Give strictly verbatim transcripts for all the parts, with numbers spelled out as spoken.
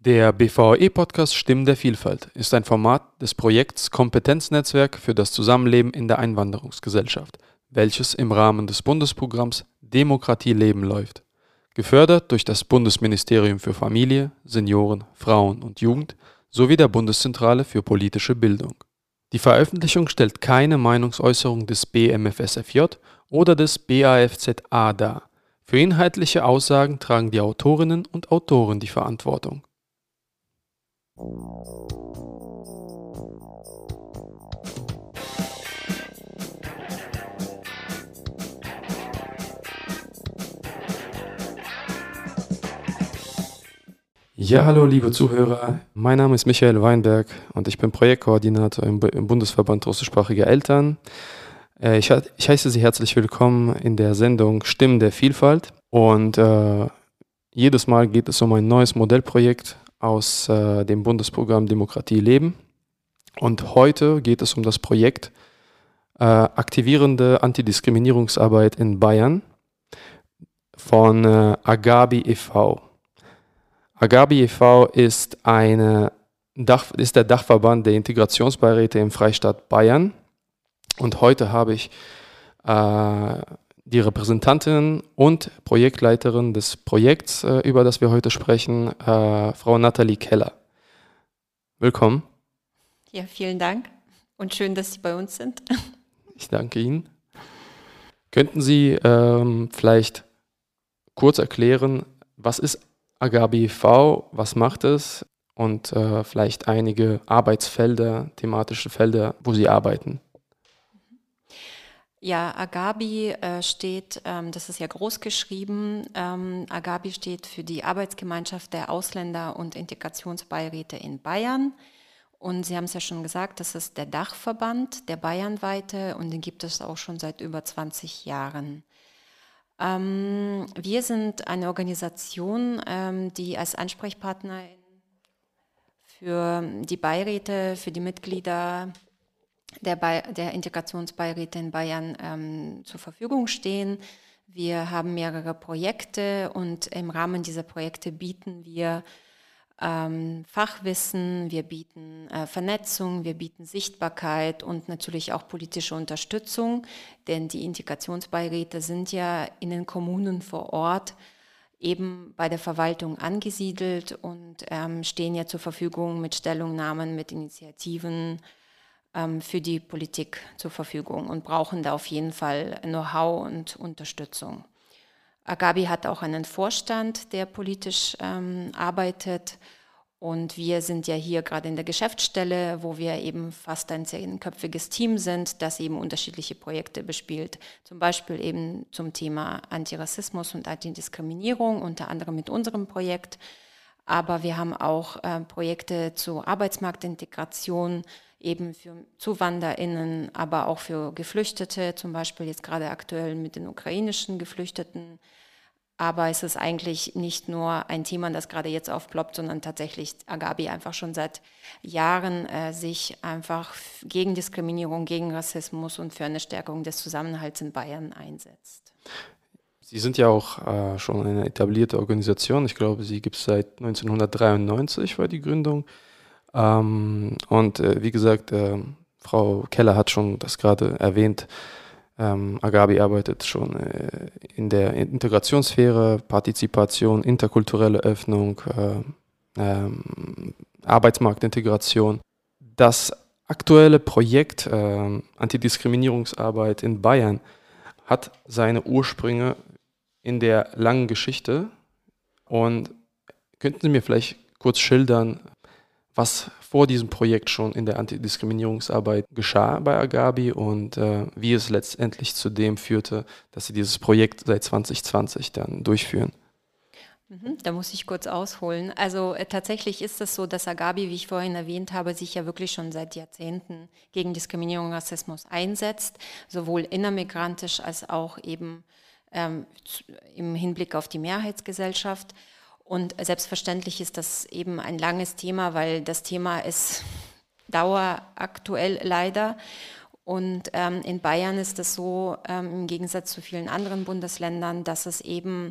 Der B V A E-Podcast Stimmen der Vielfalt ist ein Format des Projekts Kompetenznetzwerk für das Zusammenleben in der Einwanderungsgesellschaft, welches im Rahmen des Bundesprogramms Demokratie leben läuft. Gefördert durch das Bundesministerium für Familie, Senioren, Frauen und Jugend sowie der Bundeszentrale für politische Bildung. Die Veröffentlichung stellt keine Meinungsäußerung des B M F S F J oder des B A F Z A dar. Für inhaltliche Aussagen tragen die Autorinnen und Autoren die Verantwortung. Ja, hallo liebe Zuhörer, mein Name ist Michael Weinberg und ich bin Projektkoordinator im, B- im Bundesverband Russischsprachige Eltern. Äh, ich, he- ich heiße Sie herzlich willkommen in der Sendung Stimmen der Vielfalt und äh, jedes Mal geht es um ein neues Modellprojekt aus äh, dem Bundesprogramm Demokratie leben und heute geht es um das Projekt äh, Aktivierende Antidiskriminierungsarbeit in Bayern von äh, Agabi e V Agabi e V ist, eine Dach, ist der Dachverband der Integrationsbeiräte im Freistaat Bayern. Und heute habe ich äh, die Repräsentantin und Projektleiterin des Projekts, äh, über das wir heute sprechen, äh, Frau Nathalie Keller. Willkommen. Ja, vielen Dank und schön, dass Sie bei uns sind. Ich danke Ihnen. Könnten Sie ähm, vielleicht kurz erklären, was ist Agabi e V, was macht es und äh, vielleicht einige Arbeitsfelder, thematische Felder, wo Sie arbeiten? Ja, Agabi äh, steht, ähm, das ist ja groß geschrieben, ähm, Agabi steht für die Arbeitsgemeinschaft der Ausländer- und Integrationsbeiräte in Bayern. Und Sie haben es ja schon gesagt, das ist der Dachverband, der bayernweite, und den gibt es auch schon seit über zwanzig Jahren. Ähm, wir sind eine Organisation, ähm, die als Ansprechpartner für die Beiräte, für die Mitglieder der, Bei der Integrationsbeiräte in Bayern ähm, zur Verfügung stehen. Wir haben mehrere Projekte und im Rahmen dieser Projekte bieten wir ähm, Fachwissen, wir bieten äh, Vernetzung, wir bieten Sichtbarkeit und natürlich auch politische Unterstützung, denn die Integrationsbeiräte sind ja in den Kommunen vor Ort eben bei der Verwaltung angesiedelt und ähm, stehen ja zur Verfügung mit Stellungnahmen, mit Initiativen ähm, für die Politik zur Verfügung und brauchen da auf jeden Fall Know-how und Unterstützung. Agabi hat auch einen Vorstand, der politisch ähm, arbeitet, und wir sind ja hier gerade in der Geschäftsstelle, wo wir eben fast ein zehnköpfiges Team sind, das eben unterschiedliche Projekte bespielt, zum Beispiel eben zum Thema Antirassismus und Antidiskriminierung, unter anderem mit unserem Projekt, aber wir haben auch äh, Projekte zur Arbeitsmarktintegration, eben für ZuwanderInnen, aber auch für Geflüchtete, zum Beispiel jetzt gerade aktuell mit den ukrainischen Geflüchteten. Aber es ist eigentlich nicht nur ein Thema, das gerade jetzt aufploppt, sondern tatsächlich Agabi einfach schon seit Jahren äh, sich einfach gegen Diskriminierung, gegen Rassismus und für eine Stärkung des Zusammenhalts in Bayern einsetzt. Sie sind ja auch äh, schon eine etablierte Organisation. Ich glaube, sie gibt es seit neunzehnhundertdreiundneunzig, war die Gründung. Ähm, und äh, wie gesagt, äh, Frau Keller hat schon das gerade erwähnt. Ähm, Agabi arbeitet schon äh, in der Integrationssphäre, Partizipation, interkulturelle Öffnung, äh, ähm, Arbeitsmarktintegration. Das aktuelle Projekt äh, Antidiskriminierungsarbeit in Bayern hat seine Ursprünge in der langen Geschichte. Und könnten Sie mir vielleicht kurz schildern, was vor diesem Projekt schon in der Antidiskriminierungsarbeit geschah bei Agabi und äh, wie es letztendlich zu dem führte, dass Sie dieses Projekt seit zwanzig zwanzig dann durchführen? Mhm, da muss ich kurz ausholen. Also äh, tatsächlich ist es so, dass Agabi, wie ich vorhin erwähnt habe, sich ja wirklich schon seit Jahrzehnten gegen Diskriminierung und Rassismus einsetzt, sowohl innermigrantisch als auch eben ähm, zu, im Hinblick auf die Mehrheitsgesellschaft. Und selbstverständlich ist das eben ein langes Thema, weil das Thema ist daueraktuell leider. Und ähm, in Bayern ist es so, ähm, im Gegensatz zu vielen anderen Bundesländern, dass es eben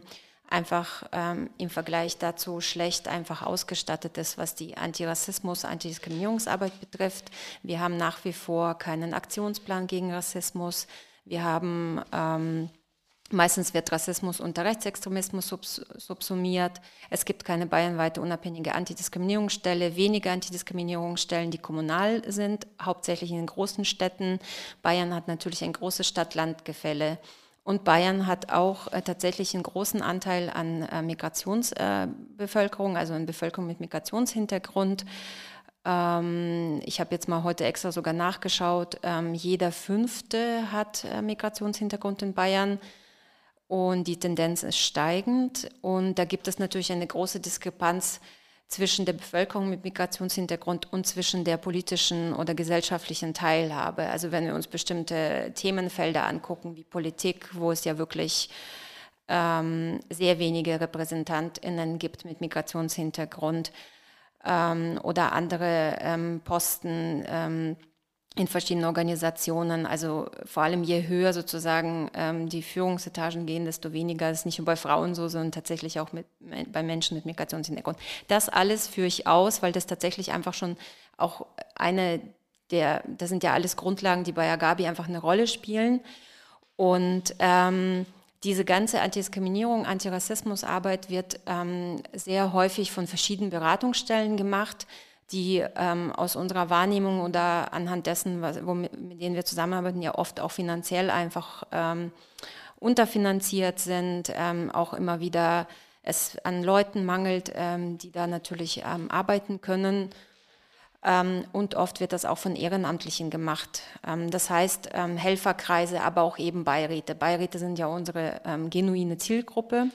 einfach ähm, im Vergleich dazu schlecht einfach ausgestattet ist, was die Antirassismus-, Antidiskriminierungsarbeit betrifft. Wir haben nach wie vor keinen Aktionsplan gegen Rassismus. Wir haben, ähm, meistens wird Rassismus unter Rechtsextremismus subs subsumiert. Es gibt keine bayernweite unabhängige Antidiskriminierungsstelle, wenige Antidiskriminierungsstellen, die kommunal sind, hauptsächlich in den großen Städten. Bayern hat natürlich ein großes Stadt-Land-Gefälle. Und Bayern hat auch äh, tatsächlich einen großen Anteil an äh, Migrationsbevölkerung, äh, also an Bevölkerung mit Migrationshintergrund. Ähm, ich habe jetzt mal heute extra sogar nachgeschaut, ähm, jeder Fünfte hat äh, Migrationshintergrund in Bayern und die Tendenz ist steigend. Und da gibt es natürlich eine große Diskrepanz zwischen der Bevölkerung mit Migrationshintergrund und zwischen der politischen oder gesellschaftlichen Teilhabe. Also wenn wir uns bestimmte Themenfelder angucken, wie Politik, wo es ja wirklich ähm, sehr wenige RepräsentantInnen gibt mit Migrationshintergrund ähm, oder andere ähm, Posten ähm, in verschiedenen Organisationen, also vor allem je höher sozusagen ähm, die Führungsetagen gehen, desto weniger. Das ist nicht nur bei Frauen so, sondern tatsächlich auch mit, bei Menschen mit Migrationshintergrund. Das alles führe ich aus, weil das tatsächlich einfach schon auch eine der, das sind ja alles Grundlagen, die bei Agabi einfach eine Rolle spielen. Und ähm, diese ganze Antidiskriminierung, Antirassismusarbeit wird ähm, sehr häufig von verschiedenen Beratungsstellen gemacht, die ähm, aus unserer Wahrnehmung oder anhand dessen, was, womit, mit denen wir zusammenarbeiten, ja oft auch finanziell einfach ähm, unterfinanziert sind, ähm, auch immer wieder es an Leuten mangelt, ähm, die da natürlich ähm, arbeiten können. Ähm, und oft wird das auch von Ehrenamtlichen gemacht. Ähm, das heißt, ähm, Helferkreise, aber auch eben Beiräte. Beiräte sind ja unsere ähm, genuine Zielgruppe.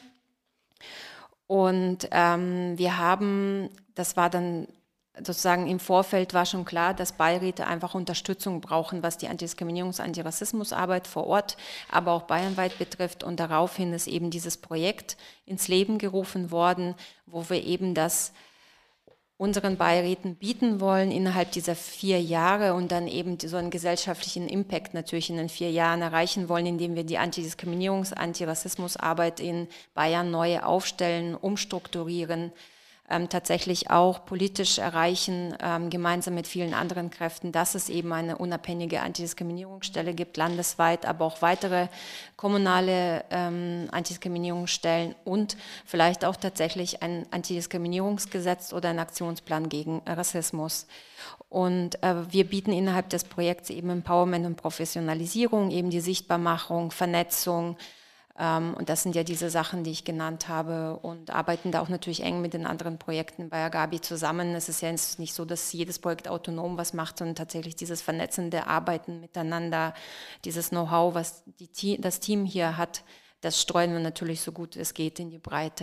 Und ähm, wir haben, das war dann sozusagen im Vorfeld war schon klar, dass Beiräte einfach Unterstützung brauchen, was die Antidiskriminierungs-, Antirassismusarbeit vor Ort, aber auch bayernweit betrifft. Und daraufhin ist eben dieses Projekt ins Leben gerufen worden, wo wir eben das unseren Beiräten bieten wollen innerhalb dieser vier Jahre und dann eben so einen gesellschaftlichen Impact natürlich in den vier Jahren erreichen wollen, indem wir die Antidiskriminierungs-, Antirassismusarbeit in Bayern neu aufstellen, umstrukturieren, Ähm, tatsächlich auch politisch erreichen, ähm, gemeinsam mit vielen anderen Kräften, dass es eben eine unabhängige Antidiskriminierungsstelle gibt, landesweit, aber auch weitere kommunale ähm, Antidiskriminierungsstellen und vielleicht auch tatsächlich ein Antidiskriminierungsgesetz oder ein Aktionsplan gegen Rassismus. Und äh, wir bieten innerhalb des Projekts eben Empowerment und Professionalisierung, eben die Sichtbarmachung, Vernetzung. Und das sind ja diese Sachen, die ich genannt habe und arbeiten da auch natürlich eng mit den anderen Projekten bei Agabi zusammen. Es ist ja nicht so, dass jedes Projekt autonom was macht, sondern tatsächlich dieses vernetzende Arbeiten miteinander, dieses Know-how, was die, das Team hier hat, das streuen wir natürlich so gut es geht in die Breite.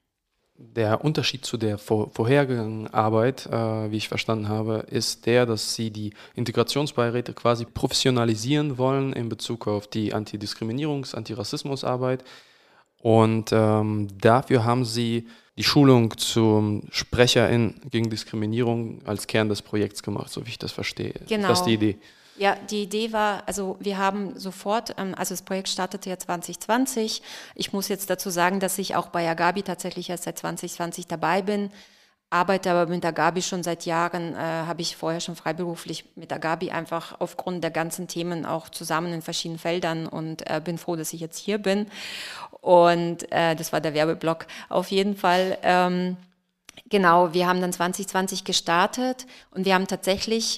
Der Unterschied zu der vor, vorhergegangenen Arbeit, äh, wie ich verstanden habe, ist der, dass Sie die Integrationsbeiräte quasi professionalisieren wollen in Bezug auf die Antidiskriminierungs-, Antirassismusarbeit. Und ähm, dafür haben Sie die Schulung zum Sprecherin gegen Diskriminierung als Kern des Projekts gemacht, so wie ich das verstehe. Genau. Das ist die Idee. Ja, die Idee war, also wir haben sofort, also das Projekt startete ja zwanzig zwanzig. Ich muss jetzt dazu sagen, dass ich auch bei Agabi tatsächlich erst seit zwanzig zwanzig dabei bin, arbeite aber mit Agabi schon seit Jahren, äh, habe ich vorher schon freiberuflich mit Agabi einfach aufgrund der ganzen Themen auch zusammen in verschiedenen Feldern und äh, bin froh, dass ich jetzt hier bin. Und äh, das war der Werbeblock. Auf jeden Fall, ähm, genau, wir haben dann zwanzig zwanzig gestartet und wir haben tatsächlich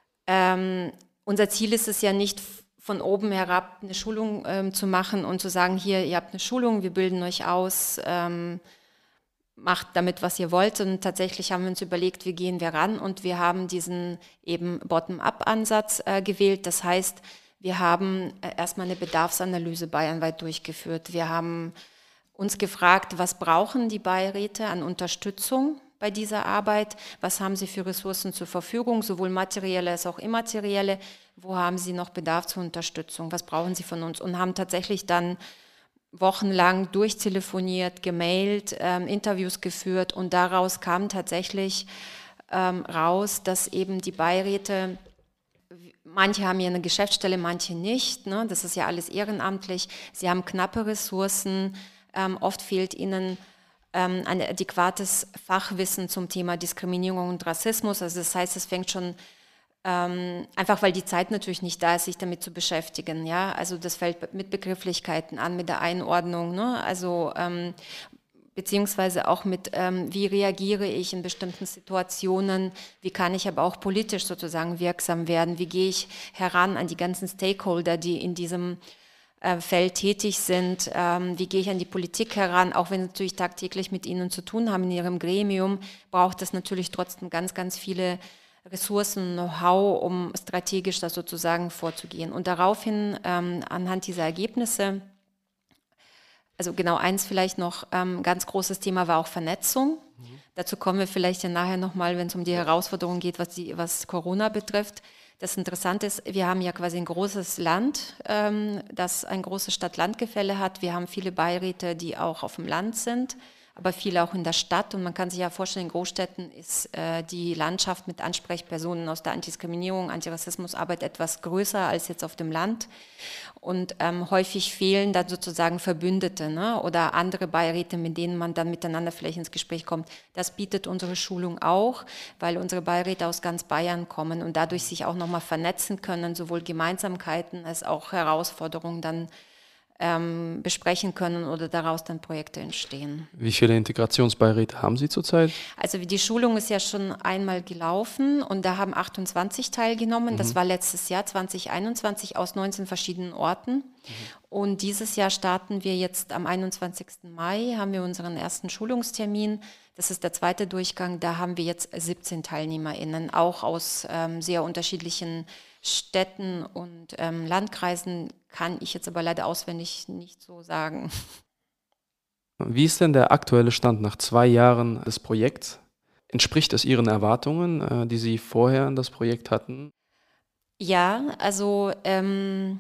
ähm, unser Ziel ist es ja nicht, von oben herab eine Schulung ähm, zu machen und zu sagen, hier, ihr habt eine Schulung, wir bilden euch aus, ähm, macht damit, was ihr wollt. Und tatsächlich haben wir uns überlegt, wie gehen wir ran und wir haben diesen eben Bottom-up-Ansatz äh, gewählt. Das heißt, wir haben äh, erstmal eine Bedarfsanalyse bayernweit durchgeführt. Wir haben uns gefragt, was brauchen die Beiräte an Unterstützung bei dieser Arbeit, was haben sie für Ressourcen zur Verfügung, sowohl materielle als auch immaterielle, wo haben sie noch Bedarf zur Unterstützung, was brauchen sie von uns und haben tatsächlich dann wochenlang durchtelefoniert, gemailt, ähm, Interviews geführt und daraus kam tatsächlich ähm, raus, dass eben die Beiräte, manche haben hier eine Geschäftsstelle, manche nicht, ne? Das ist ja alles ehrenamtlich, sie haben knappe Ressourcen, Ähm, oft fehlt ihnen ähm, ein adäquates Fachwissen zum Thema Diskriminierung und Rassismus. Also das heißt, es fängt schon ähm, einfach, weil die Zeit natürlich nicht da ist, sich damit zu beschäftigen. Ja, also das fällt mit Begrifflichkeiten an, mit der Einordnung. Ne? Also ähm, beziehungsweise auch mit, ähm, wie reagiere ich in bestimmten Situationen, wie kann ich aber auch politisch sozusagen wirksam werden, wie gehe ich heran an die ganzen Stakeholder, die in diesem äh, Feld tätig sind, ähm, wie gehe ich an die Politik heran, auch wenn wir natürlich tagtäglich mit ihnen zu tun haben in ihrem Gremium, braucht es natürlich trotzdem ganz, ganz viele Ressourcen, Know-how, um strategisch da sozusagen vorzugehen. Und daraufhin, ähm, anhand dieser Ergebnisse, also genau eins vielleicht noch, ähm, ganz großes Thema war auch Vernetzung. Mhm. Dazu kommen wir vielleicht ja nachher nochmal, wenn es um die Herausforderungen geht, was, die, was Corona betrifft. Das Interessante ist, wir haben ja quasi ein großes Land, ähm, das ein großes Stadt-Land-Gefälle hat. Wir haben viele Beiräte, die auch auf dem Land sind, aber viele auch in der Stadt. Und man kann sich ja vorstellen, in Großstädten ist äh, die Landschaft mit Ansprechpersonen aus der Antidiskriminierung, Antirassismusarbeit etwas größer als jetzt auf dem Land. Und ähm, häufig fehlen dann sozusagen Verbündete, ne? Oder andere Beiräte, mit denen man dann miteinander vielleicht ins Gespräch kommt. Das bietet unsere Schulung auch, weil unsere Beiräte aus ganz Bayern kommen und dadurch sich auch nochmal vernetzen können, sowohl Gemeinsamkeiten als auch Herausforderungen dann ähm, besprechen können oder daraus dann Projekte entstehen. Wie viele Integrationsbeiräte haben Sie zurzeit? Also die Schulung ist ja schon einmal gelaufen und da haben achtundzwanzig teilgenommen. Mhm. Das war letztes Jahr zwanzig einundzwanzig aus neunzehn verschiedenen Orten. Mhm. Und dieses Jahr starten wir jetzt am einundzwanzigsten Mai, haben wir unseren ersten Schulungstermin. Das ist der zweite Durchgang. Da haben wir jetzt siebzehn TeilnehmerInnen, auch aus ähm, sehr unterschiedlichen Städten und ähm, Landkreisen, kann ich jetzt aber leider auswendig nicht so sagen. Wie ist denn der aktuelle Stand nach zwei Jahren des Projekts? Entspricht es Ihren Erwartungen, äh, die Sie vorher an das Projekt hatten? Ja, also ähm,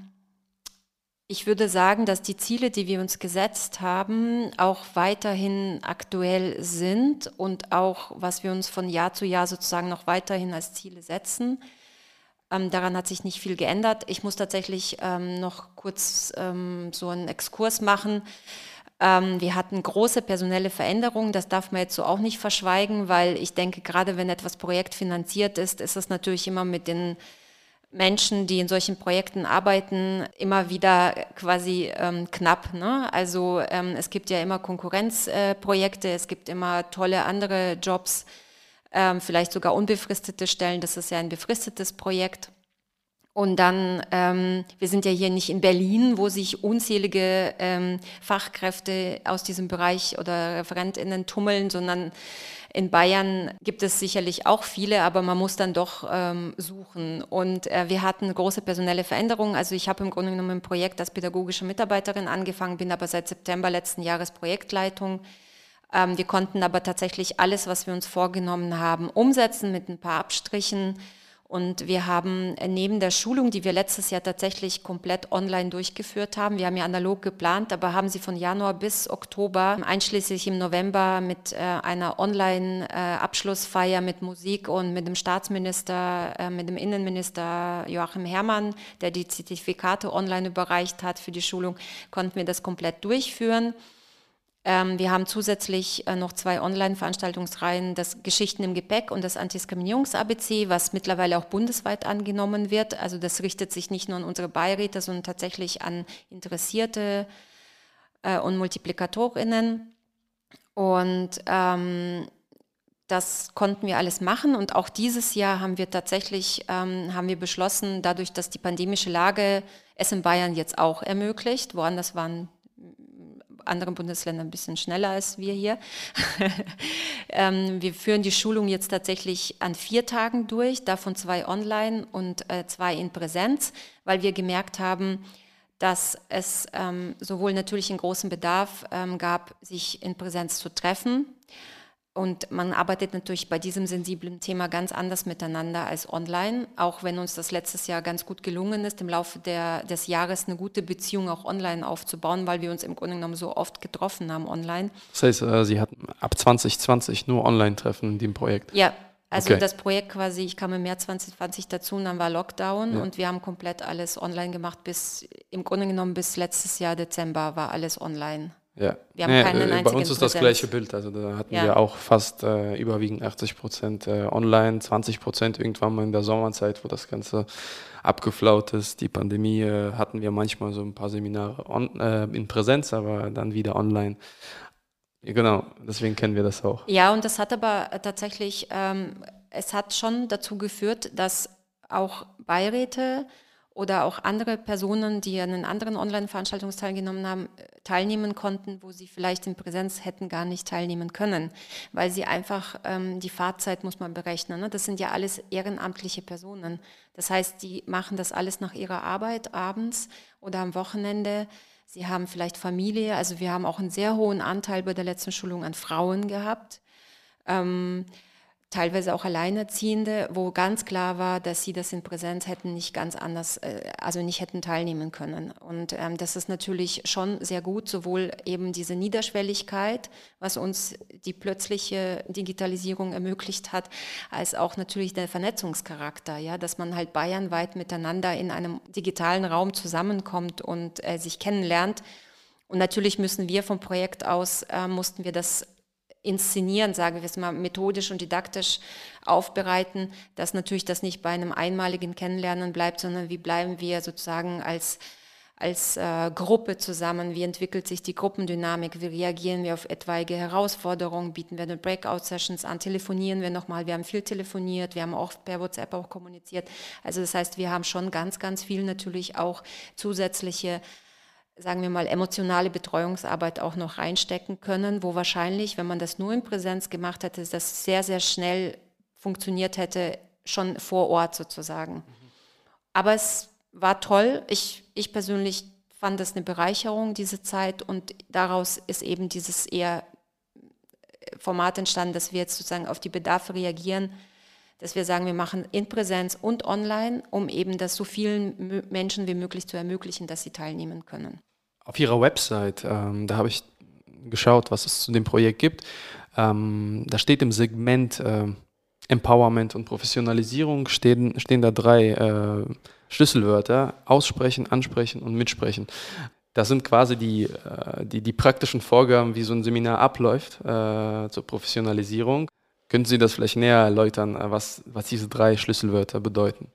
ich würde sagen, dass die Ziele, die wir uns gesetzt haben, auch weiterhin aktuell sind und auch, was wir uns von Jahr zu Jahr sozusagen noch weiterhin als Ziele setzen. Ähm, daran hat sich nicht viel geändert. Ich muss tatsächlich ähm, noch kurz ähm, so einen Exkurs machen. Ähm, wir hatten große personelle Veränderungen, das darf man jetzt so auch nicht verschweigen, weil ich denke, gerade wenn etwas projektfinanziert ist, ist es natürlich immer mit den Menschen, die in solchen Projekten arbeiten, immer wieder quasi ähm, knapp. Ne? Also ähm, es gibt ja immer Konkurrenzprojekte, äh, es gibt immer tolle andere Jobs, ähm, vielleicht sogar unbefristete Stellen. Das ist ja ein befristetes Projekt. Und dann, ähm, wir sind ja hier nicht in Berlin, wo sich unzählige ähm, Fachkräfte aus diesem Bereich oder ReferentInnen tummeln, sondern in Bayern gibt es sicherlich auch viele, aber man muss dann doch ähm, suchen. Und äh, wir hatten große personelle Veränderungen. Also ich habe im Grunde genommen ein Projekt als pädagogische Mitarbeiterin angefangen, bin aber seit September letzten Jahres Projektleitung. Ähm, wir konnten aber tatsächlich alles, was wir uns vorgenommen haben, umsetzen mit ein paar Abstrichen. Und wir haben neben der Schulung, die wir letztes Jahr tatsächlich komplett online durchgeführt haben, wir haben ja analog geplant, aber haben sie von Januar bis Oktober, einschließlich im November mit äh, einer Online-Abschlussfeier äh, mit Musik und mit dem Staatsminister, äh, mit dem Innenminister Joachim Herrmann, der die Zertifikate online überreicht hat für die Schulung, konnten wir das komplett durchführen. Wir haben zusätzlich noch zwei Online-Veranstaltungsreihen, das Geschichten im Gepäck und das Antidiskriminierungs-A B C, was mittlerweile auch bundesweit angenommen wird. Also das richtet sich nicht nur an unsere Beiräte, sondern tatsächlich an Interessierte und MultiplikatorInnen. Und ähm, das konnten wir alles machen. Und auch dieses Jahr haben wir tatsächlich ähm, haben wir beschlossen, dadurch, dass die pandemische Lage es in Bayern jetzt auch ermöglicht, woanders waren anderen Bundesländern ein bisschen schneller als wir hier. ähm, wir führen die Schulung jetzt tatsächlich an vier Tagen durch, davon zwei online und äh, zwei in Präsenz, weil wir gemerkt haben, dass es ähm, sowohl natürlich einen großen Bedarf ähm, gab, sich in Präsenz zu treffen. Und man arbeitet natürlich bei diesem sensiblen Thema ganz anders miteinander als online, auch wenn uns das letztes Jahr ganz gut gelungen ist, im Laufe der, des Jahres eine gute Beziehung auch online aufzubauen, weil wir uns im Grunde genommen so oft getroffen haben online. Das heißt, Sie hatten ab zwanzig zwanzig nur Online-Treffen in dem Projekt? Ja, also okay. Das Projekt quasi, ich kam im März zwanzig zwanzig dazu und dann war Lockdown ja. Und wir haben komplett alles online gemacht, bis im Grunde genommen bis letztes Jahr Dezember war alles online. Ja, Wir haben nee, keinen äh, bei uns einzigen ist das Präsenz. gleiche Bild. Also da hatten Ja. wir auch fast äh, überwiegend achtzig Prozent äh, online, zwanzig Prozent irgendwann mal in der Sommerzeit, wo das Ganze abgeflaut ist. Die Pandemie äh, hatten wir manchmal so ein paar Seminare on, äh, in Präsenz, aber dann wieder online. Ja, genau, deswegen kennen wir das auch. Ja, und das hat aber tatsächlich, ähm, es hat schon dazu geführt, dass auch Beiräte oder auch andere Personen, die an den anderen Online-Veranstaltungen teilgenommen haben, äh, teilnehmen konnten, wo sie vielleicht in Präsenz hätten gar nicht teilnehmen können, weil sie einfach, ähm, die Fahrzeit muss man berechnen. Ne? Das sind ja alles ehrenamtliche Personen. Das heißt, die machen das alles nach ihrer Arbeit abends oder am Wochenende. Sie haben vielleicht Familie, also wir haben auch einen sehr hohen Anteil bei der letzten Schulung an Frauen gehabt, ähm, teilweise auch Alleinerziehende, wo ganz klar war, dass sie das in Präsenz hätten nicht ganz anders, äh, also nicht hätten teilnehmen können. Und ähm, das ist natürlich schon sehr gut, sowohl eben diese Niederschwelligkeit, was uns die plötzliche Digitalisierung ermöglicht hat, als auch natürlich der Vernetzungscharakter, ja, dass man halt bayernweit miteinander in einem digitalen Raum zusammenkommt und äh, sich kennenlernt. Und natürlich müssen wir vom Projekt aus, äh, mussten wir das inszenieren, sagen wir es mal, methodisch und didaktisch aufbereiten, dass natürlich das nicht bei einem einmaligen Kennenlernen bleibt, sondern wie bleiben wir sozusagen als, als äh, Gruppe zusammen, wie entwickelt sich die Gruppendynamik, wie reagieren wir auf etwaige Herausforderungen, bieten wir eine Breakout-Sessions an, telefonieren wir nochmal, wir haben viel telefoniert, wir haben auch per WhatsApp auch kommuniziert, also das heißt, wir haben schon ganz, ganz viel natürlich auch zusätzliche, sagen wir mal, emotionale Betreuungsarbeit auch noch reinstecken können, wo wahrscheinlich, wenn man das nur in Präsenz gemacht hätte, das sehr, sehr schnell funktioniert hätte, schon vor Ort sozusagen. Mhm. Aber es war toll. Ich, ich persönlich fand das eine Bereicherung, diese Zeit, und daraus ist eben dieses eher Format entstanden, dass wir jetzt sozusagen auf die Bedarfe reagieren, dass wir sagen, wir machen in Präsenz und online, um eben das so vielen Menschen wie möglich zu ermöglichen, dass sie teilnehmen können. Auf Ihrer Website, ähm, da habe ich geschaut, was es zu dem Projekt gibt. Ähm, da steht im Segment äh, Empowerment und Professionalisierung stehen, stehen da drei äh, Schlüsselwörter: Aussprechen, Ansprechen und Mitsprechen. Das sind quasi die, äh, die, die praktischen Vorgaben, wie so ein Seminar abläuft äh, zur Professionalisierung. Können Sie das vielleicht näher erläutern, was, was diese drei Schlüsselwörter bedeuten?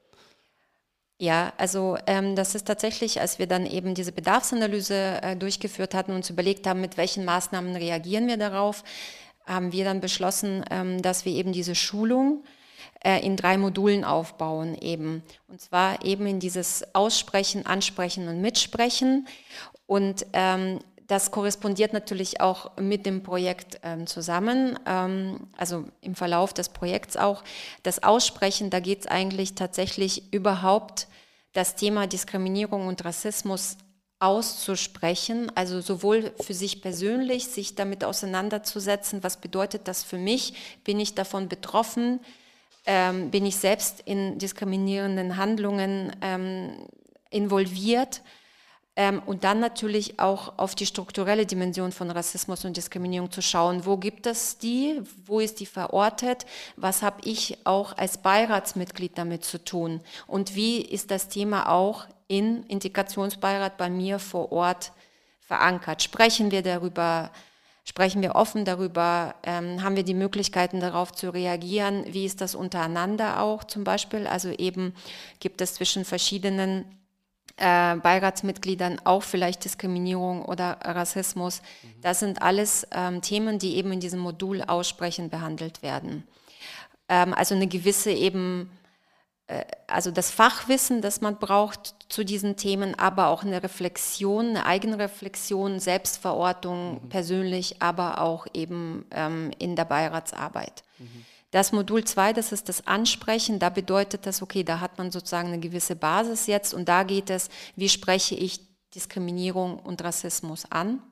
Ja, also ähm, das ist tatsächlich, als wir dann eben diese Bedarfsanalyse äh, durchgeführt hatten und uns überlegt haben, mit welchen Maßnahmen reagieren wir darauf, haben wir dann beschlossen, ähm, dass wir eben diese Schulung äh, in drei Modulen aufbauen eben. Und zwar eben in dieses Aussprechen, Ansprechen und Mitsprechen. Und ähm, das korrespondiert natürlich auch mit dem Projekt ähm, zusammen, ähm, also im Verlauf des Projekts auch. Das Aussprechen, da geht es eigentlich tatsächlich überhaupt, das Thema Diskriminierung und Rassismus auszusprechen, also sowohl für sich persönlich, sich damit auseinanderzusetzen, was bedeutet das für mich, bin ich davon betroffen, ähm, bin ich selbst in diskriminierenden Handlungen ähm, involviert, Ähm, und dann natürlich auch auf die strukturelle Dimension von Rassismus und Diskriminierung zu schauen. Wo gibt es die? Wo ist die verortet? Was habe ich auch als Beiratsmitglied damit zu tun? Und wie ist das Thema auch im Integrationsbeirat bei mir vor Ort verankert? Sprechen wir darüber? Sprechen wir offen darüber? Ähm, haben wir die Möglichkeiten, darauf zu reagieren? Wie ist das untereinander auch zum Beispiel? Also eben gibt es zwischen verschiedenen Äh, Beiratsmitgliedern auch vielleicht Diskriminierung oder Rassismus. Mhm. Das sind alles ähm, Themen, die eben in diesem Modul Aussprechen behandelt werden. Ähm, also eine gewisse eben, äh, also das Fachwissen, das man braucht zu diesen Themen, aber auch eine Reflexion, eine Eigenreflexion, Selbstverortung mhm. persönlich, aber auch eben ähm, in der Beiratsarbeit. Mhm. Das Modul zwei, das ist das Ansprechen, da bedeutet das, okay, da hat man sozusagen eine gewisse Basis jetzt und da geht es, wie spreche ich Diskriminierung und Rassismus an,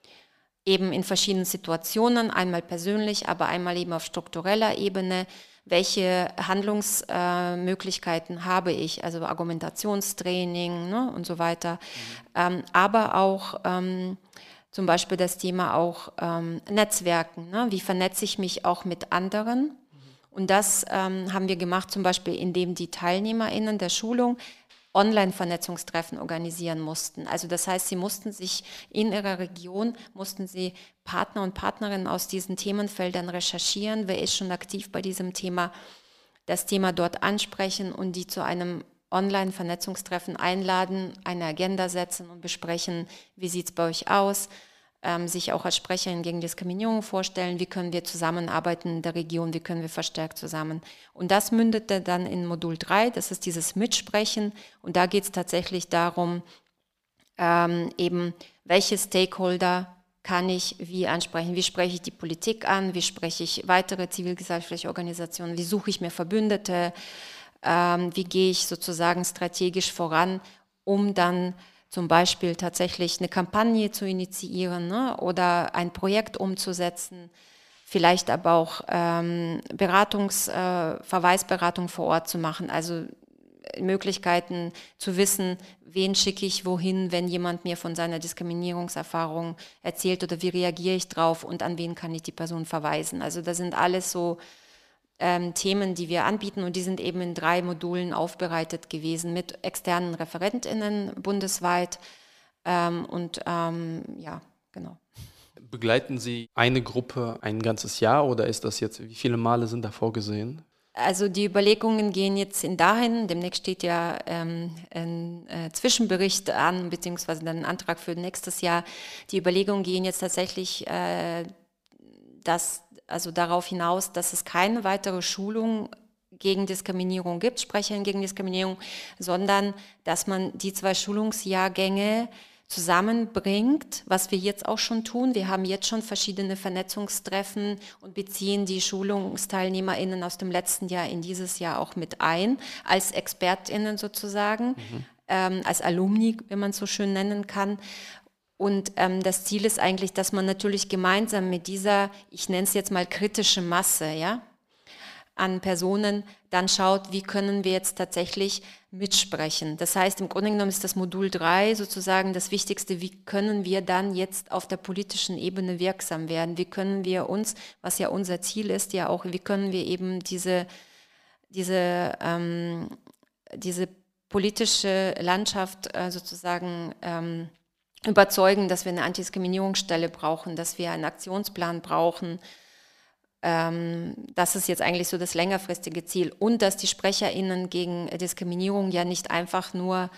eben in verschiedenen Situationen, einmal persönlich, aber einmal eben auf struktureller Ebene, welche Handlungsmöglichkeiten äh, habe ich, also Argumentationstraining, ne, und so weiter, mhm. ähm, aber auch ähm, zum Beispiel das Thema auch ähm, Netzwerken, ne, wie vernetze ich mich auch mit anderen. Und das ähm, haben wir gemacht, zum Beispiel, indem die TeilnehmerInnen der Schulung Online-Vernetzungstreffen organisieren mussten. Also das heißt, sie mussten sich in ihrer Region, mussten sie Partner und Partnerinnen aus diesen Themenfeldern recherchieren, wer ist schon aktiv bei diesem Thema, das Thema dort ansprechen und die zu einem Online-Vernetzungstreffen einladen, eine Agenda setzen und besprechen, wie sieht es bei euch aus, ähm, sich auch als Sprecherin gegen Diskriminierung vorstellen, wie können wir zusammenarbeiten in der Region, wie können wir verstärkt zusammen. Und das mündete dann in Modul drei, das ist dieses Mitsprechen und da geht es tatsächlich darum, ähm, eben welche Stakeholder kann ich wie ansprechen, wie spreche ich die Politik an, wie spreche ich weitere zivilgesellschaftliche Organisationen, wie suche ich mir Verbündete, ähm, wie gehe ich sozusagen strategisch voran, um dann zum Beispiel tatsächlich eine Kampagne zu initiieren, ne, oder ein Projekt umzusetzen, vielleicht aber auch ähm, Beratungs-, äh, Verweisberatung vor Ort zu machen, also Möglichkeiten zu wissen, wen schicke ich wohin, wenn jemand mir von seiner Diskriminierungserfahrung erzählt oder wie reagiere ich drauf und an wen kann ich die Person verweisen. Also das sind alles so ähm, Themen, die wir anbieten und die sind eben in drei Modulen aufbereitet gewesen mit externen ReferentInnen bundesweit ähm, und ähm, ja, genau. Begleiten Sie eine Gruppe ein ganzes Jahr oder ist das jetzt, wie viele Male sind da vorgesehen? Also die Überlegungen gehen jetzt in dahin, demnächst steht ja ähm, ein äh, Zwischenbericht an, beziehungsweise dann ein Antrag für nächstes Jahr. Die Überlegungen gehen jetzt tatsächlich äh, dass, also darauf hinaus, dass es keine weitere Schulung gegen Diskriminierung gibt, Sprecherin gegen Diskriminierung, sondern dass man die zwei Schulungsjahrgänge zusammenbringt, was wir jetzt auch schon tun. Wir haben jetzt schon verschiedene Vernetzungstreffen und beziehen die SchulungsteilnehmerInnen aus dem letzten Jahr in dieses Jahr auch mit ein, als ExpertInnen sozusagen, mhm. ähm, als Alumni, wenn man es so schön nennen kann. Und ähm, das Ziel ist eigentlich, dass man natürlich gemeinsam mit dieser, ich nenne es jetzt mal kritische Masse, ja, an Personen dann schaut, wie können wir jetzt tatsächlich mitsprechen. Das heißt, im Grunde genommen ist das Modul drei sozusagen das Wichtigste, wie können wir dann jetzt auf der politischen Ebene wirksam werden? Wie können wir uns, was ja unser Ziel ist, ja auch, wie können wir eben diese, diese, ähm, diese politische Landschaft äh, sozusagen ähm, überzeugen, dass wir eine Antidiskriminierungsstelle brauchen, dass wir einen Aktionsplan brauchen. Ähm, das ist jetzt eigentlich so das längerfristige Ziel. Und dass die SprecherInnen gegen Diskriminierung ja nicht einfach nur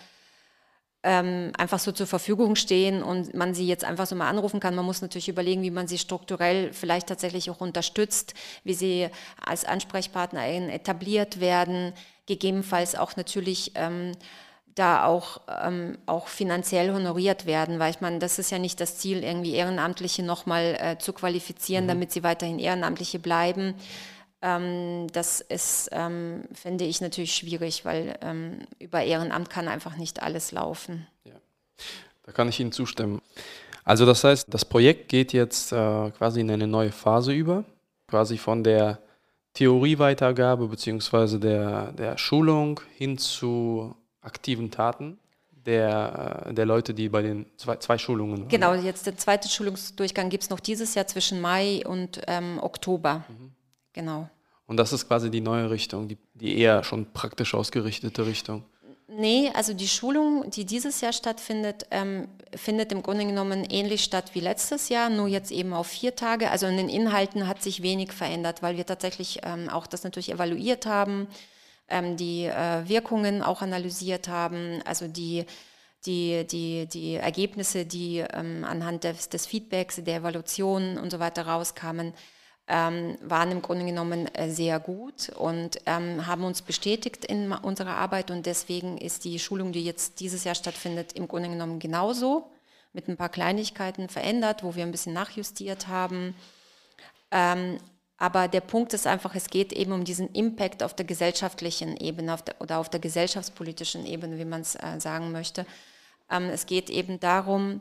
ähm, einfach so zur Verfügung stehen und man sie jetzt einfach so mal anrufen kann. Man muss natürlich überlegen, wie man sie strukturell vielleicht tatsächlich auch unterstützt, wie sie als AnsprechpartnerInnen etabliert werden, gegebenenfalls auch natürlich ähm, da auch, ähm, auch finanziell honoriert werden, weil ich meine, das ist ja nicht das Ziel, irgendwie Ehrenamtliche nochmal äh, zu qualifizieren, mhm. damit sie weiterhin Ehrenamtliche bleiben. Ähm, das ist, ähm, finde ich, natürlich schwierig, weil ähm, über Ehrenamt kann einfach nicht alles laufen. Ja, da kann ich Ihnen zustimmen. Also das heißt, das Projekt geht jetzt äh, quasi in eine neue Phase über, quasi von der Theorieweitergabe beziehungsweise der, der Schulung hin zu aktiven Taten der, der Leute, die bei den zwei, zwei Schulungen waren. Genau, jetzt der zweite Schulungsdurchgang gibt es noch dieses Jahr zwischen Mai und ähm, Oktober. Mhm. Genau. Und das ist quasi die neue Richtung, die, die eher schon praktisch ausgerichtete Richtung. Nee, also die Schulung, die dieses Jahr stattfindet, ähm, findet im Grunde genommen ähnlich statt wie letztes Jahr, nur jetzt eben auf vier Tage. Also in den Inhalten hat sich wenig verändert, weil wir tatsächlich ähm, auch das natürlich evaluiert haben, die äh, Wirkungen auch analysiert haben, also die, die, die, die Ergebnisse, die ähm, anhand des, des Feedbacks, der Evaluation und so weiter rauskamen, ähm, waren im Grunde genommen äh, sehr gut und ähm, haben uns bestätigt in unserer Arbeit und deswegen ist die Schulung, die jetzt dieses Jahr stattfindet, im Grunde genommen genauso, mit ein paar Kleinigkeiten verändert, wo wir ein bisschen nachjustiert haben. Ähm, Aber der Punkt ist einfach, es geht eben um diesen Impact auf der gesellschaftlichen Ebene auf der, oder auf der gesellschaftspolitischen Ebene, wie man es äh, sagen möchte. Ähm, es geht eben darum,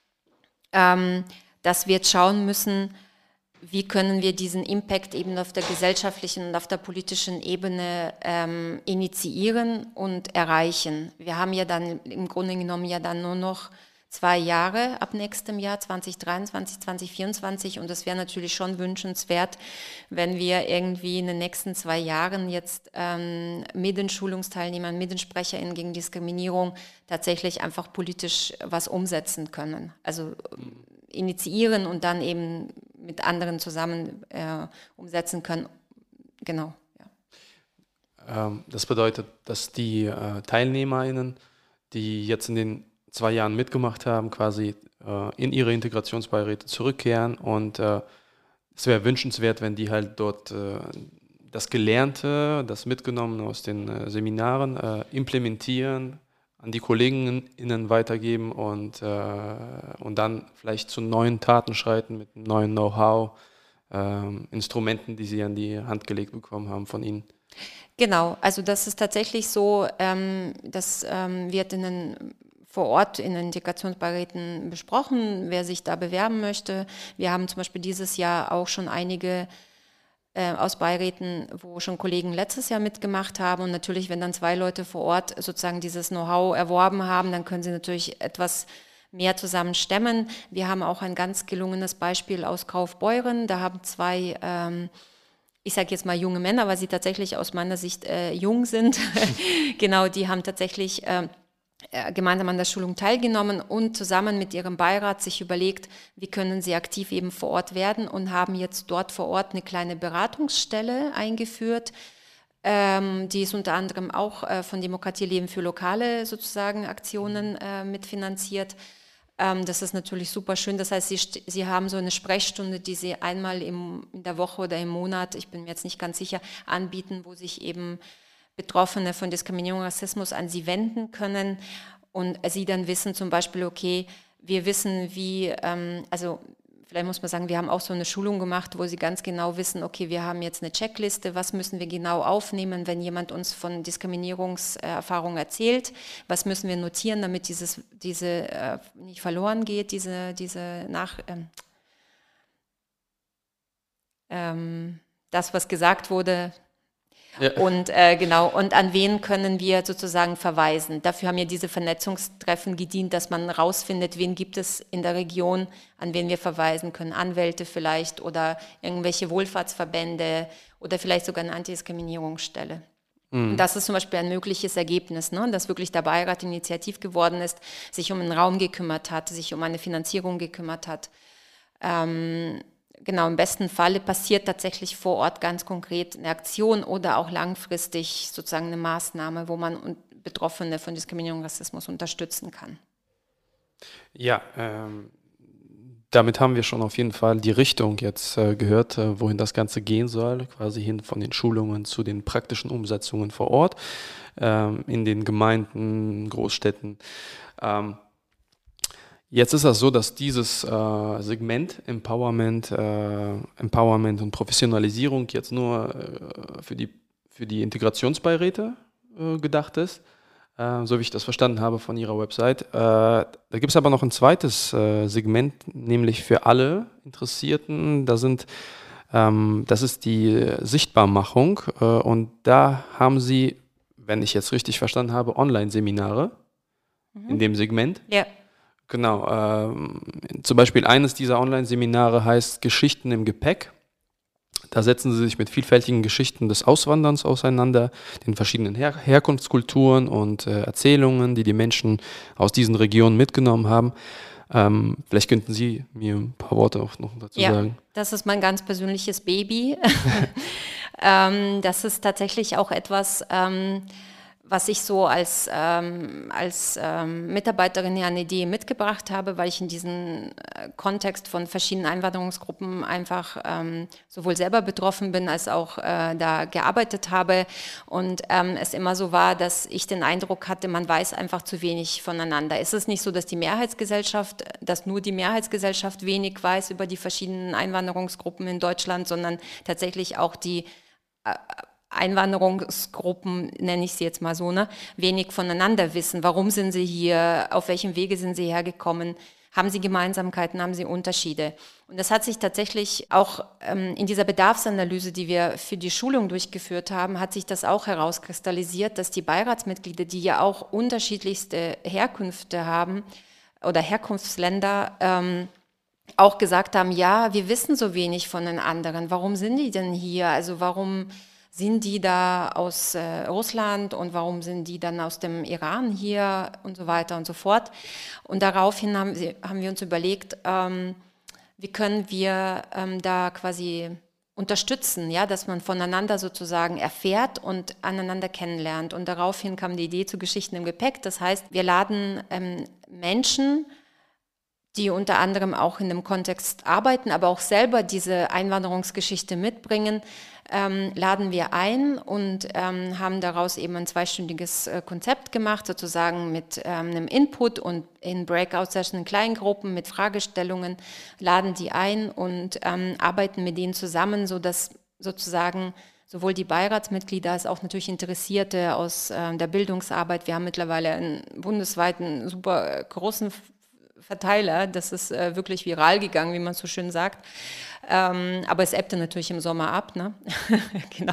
ähm, dass wir jetzt schauen müssen, wie können wir diesen Impact eben auf der gesellschaftlichen und auf der politischen Ebene ähm, initiieren und erreichen. Wir haben ja dann im Grunde genommen ja dann nur noch zwei Jahre ab nächstem Jahr, zwanzig dreiundzwanzig, zwanzig vierundzwanzig. Und es wäre natürlich schon wünschenswert, wenn wir irgendwie in den nächsten zwei Jahren jetzt ähm, mit den Schulungsteilnehmern, mit den SprecherInnen gegen Diskriminierung tatsächlich einfach politisch was umsetzen können. Also initiieren und dann eben mit anderen zusammen äh, umsetzen können. Genau. Ja. Ähm, das bedeutet, dass die äh, TeilnehmerInnen, die jetzt in den zwei Jahren mitgemacht haben, quasi äh, in ihre Integrationsbeiräte zurückkehren und äh, es wäre wünschenswert, wenn die halt dort äh, das Gelernte, das Mitgenommene aus den äh, Seminaren äh, implementieren, an die KollegInnen weitergeben und, äh, und dann vielleicht zu neuen Taten schreiten mit neuen Know-how, äh, Instrumenten, die sie an die Hand gelegt bekommen haben von ihnen. Genau, also das ist tatsächlich so, ähm, das ähm, wird in den vor Ort in den Integrationsbeiräten besprochen, wer sich da bewerben möchte. Wir haben zum Beispiel dieses Jahr auch schon einige äh, aus Beiräten, wo schon Kollegen letztes Jahr mitgemacht haben. Und natürlich, wenn dann zwei Leute vor Ort sozusagen dieses Know-how erworben haben, dann können sie natürlich etwas mehr zusammen stemmen. Wir haben auch ein ganz gelungenes Beispiel aus Kaufbeuren. Da haben zwei ähm, ich sage jetzt mal junge Männer, weil sie tatsächlich aus meiner Sicht äh, jung sind. Genau, die haben tatsächlich äh, gemeinsam an der Schulung teilgenommen und zusammen mit ihrem Beirat sich überlegt, wie können sie aktiv eben vor Ort werden und haben jetzt dort vor Ort eine kleine Beratungsstelle eingeführt. Ähm, die ist unter anderem auch äh, von Demokratie Leben für lokale sozusagen Aktionen äh, mitfinanziert. Das ist natürlich super schön. Das heißt, Sie, Sie haben so eine Sprechstunde, die Sie einmal im, in der Woche oder im Monat, ich bin mir jetzt nicht ganz sicher, anbieten, wo sich eben Betroffene von Diskriminierung und Rassismus an Sie wenden können und Sie dann wissen zum Beispiel, okay, wir wissen, wie, ähm, also vielleicht muss man sagen, wir haben auch so eine Schulung gemacht, wo Sie ganz genau wissen, okay, wir haben jetzt eine Checkliste, was müssen wir genau aufnehmen, wenn jemand uns von Diskriminierungserfahrungen erzählt, was müssen wir notieren, damit dieses, diese äh, nicht verloren geht, diese, diese nach, ähm, ähm, das, was gesagt wurde. Ja. Und äh, genau, und an wen können wir sozusagen verweisen? Dafür haben ja diese Vernetzungstreffen gedient, dass man rausfindet, wen gibt es in der Region, an wen wir verweisen können. Anwälte vielleicht oder irgendwelche Wohlfahrtsverbände oder vielleicht sogar eine Antidiskriminierungsstelle. Mhm. Und das ist zum Beispiel ein mögliches Ergebnis, ne? Dass wirklich der Beirat initiativ geworden ist, sich um einen Raum gekümmert hat, sich um eine Finanzierung gekümmert hat. Ähm, Genau, im besten Falle passiert tatsächlich vor Ort ganz konkret eine Aktion oder auch langfristig sozusagen eine Maßnahme, wo man Betroffene von Diskriminierung und Rassismus unterstützen kann. Ja, ähm, damit haben wir schon auf jeden Fall die Richtung jetzt äh, gehört, äh, wohin das Ganze gehen soll, quasi hin von den Schulungen zu den praktischen Umsetzungen vor Ort, ähm, in den Gemeinden, Großstädten. Ähm, Jetzt ist das so, dass dieses äh, Segment Empowerment, äh, Empowerment und Professionalisierung jetzt nur äh, für die, für die Integrationsbeiräte äh, gedacht ist, äh, so wie ich das verstanden habe von Ihrer Website. Äh, da gibt es aber noch ein zweites äh, Segment, nämlich für alle Interessierten. Da sind, ähm, das ist die Sichtbarmachung äh, und da haben Sie, wenn ich jetzt richtig verstanden habe, Online-Seminare mhm. in dem Segment. Ja. Genau, ähm, zum Beispiel eines dieser Online-Seminare heißt Geschichten im Gepäck. Da setzen sie sich mit vielfältigen Geschichten des Auswanderns auseinander, den verschiedenen Her- Herkunftskulturen und äh, Erzählungen, die die Menschen aus diesen Regionen mitgenommen haben. Ähm, vielleicht könnten Sie mir ein paar Worte auch noch dazu ja, sagen. Das ist mein ganz persönliches Baby. ähm, das ist tatsächlich auch etwas... Ähm, was ich so als, ähm, als ähm, Mitarbeiterin hier eine Idee mitgebracht habe, weil ich in diesem äh, Kontext von verschiedenen Einwanderungsgruppen einfach ähm, sowohl selber betroffen bin, als auch äh, da gearbeitet habe. Und ähm, es immer so war, dass ich den Eindruck hatte, man weiß einfach zu wenig voneinander. Es ist nicht so, dass die Mehrheitsgesellschaft, dass nur die Mehrheitsgesellschaft wenig weiß über die verschiedenen Einwanderungsgruppen in Deutschland, sondern tatsächlich auch die äh, Einwanderungsgruppen, nenne ich sie jetzt mal so, ne, wenig voneinander wissen. Warum sind sie hier? Auf welchem Wege sind sie hergekommen? Haben sie Gemeinsamkeiten? Haben sie Unterschiede? Und das hat sich tatsächlich auch ähm, in dieser Bedarfsanalyse, die wir für die Schulung durchgeführt haben, hat sich das auch herauskristallisiert, dass die Beiratsmitglieder, die ja auch unterschiedlichste Herkünfte haben oder Herkunftsländer ähm, auch gesagt haben, ja, wir wissen so wenig von den anderen. Warum sind die denn hier? Also warum sind die da aus äh, Russland und warum sind die dann aus dem Iran hier und so weiter und so fort. Und daraufhin haben, sie, haben wir uns überlegt, ähm, wie können wir ähm, da quasi unterstützen, ja, dass man voneinander sozusagen erfährt und aneinander kennenlernt. Und daraufhin kam die Idee zu Geschichten im Gepäck. Das heißt, wir laden ähm, Menschen, die unter anderem auch in dem Kontext arbeiten, aber auch selber diese Einwanderungsgeschichte mitbringen, ähm, laden wir ein und ähm, haben daraus eben ein zweistündiges äh, Konzept gemacht, sozusagen mit ähm, einem Input und in Breakout-Sessions in kleinen Gruppen mit Fragestellungen, laden die ein und ähm, arbeiten mit denen zusammen, sodass sozusagen sowohl die Beiratsmitglieder als auch natürlich Interessierte aus äh, der Bildungsarbeit, wir haben mittlerweile einen bundesweiten super großen Verteiler, das ist äh, wirklich viral gegangen, wie man so schön sagt. Ähm, aber es ebbte natürlich im Sommer ab, ne? Genau.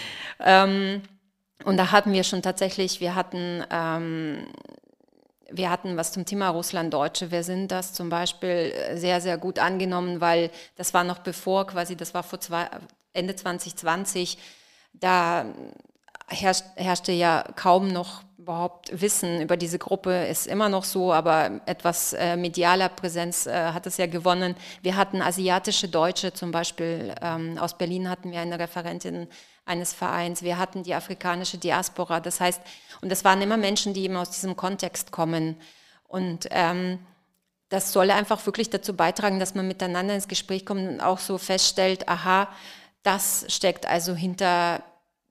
Ähm, und da hatten wir schon tatsächlich, wir hatten, ähm, wir hatten was zum Thema Russlanddeutsche. Wer sind das zum Beispiel sehr, sehr gut angenommen, weil das war noch bevor quasi, das war vor zwei, Ende zwanzig zwanzig, da herrscht, herrschte ja kaum noch überhaupt Wissen über diese Gruppe, ist immer noch so, aber etwas äh, medialer Präsenz äh, hat es ja gewonnen. Wir hatten asiatische Deutsche, zum Beispiel ähm, aus Berlin hatten wir eine Referentin eines Vereins, wir hatten die afrikanische Diaspora, das heißt, und das waren immer Menschen, die eben aus diesem Kontext kommen. Und ähm, das soll einfach wirklich dazu beitragen, dass man miteinander ins Gespräch kommt und auch so feststellt, aha, das steckt also hinter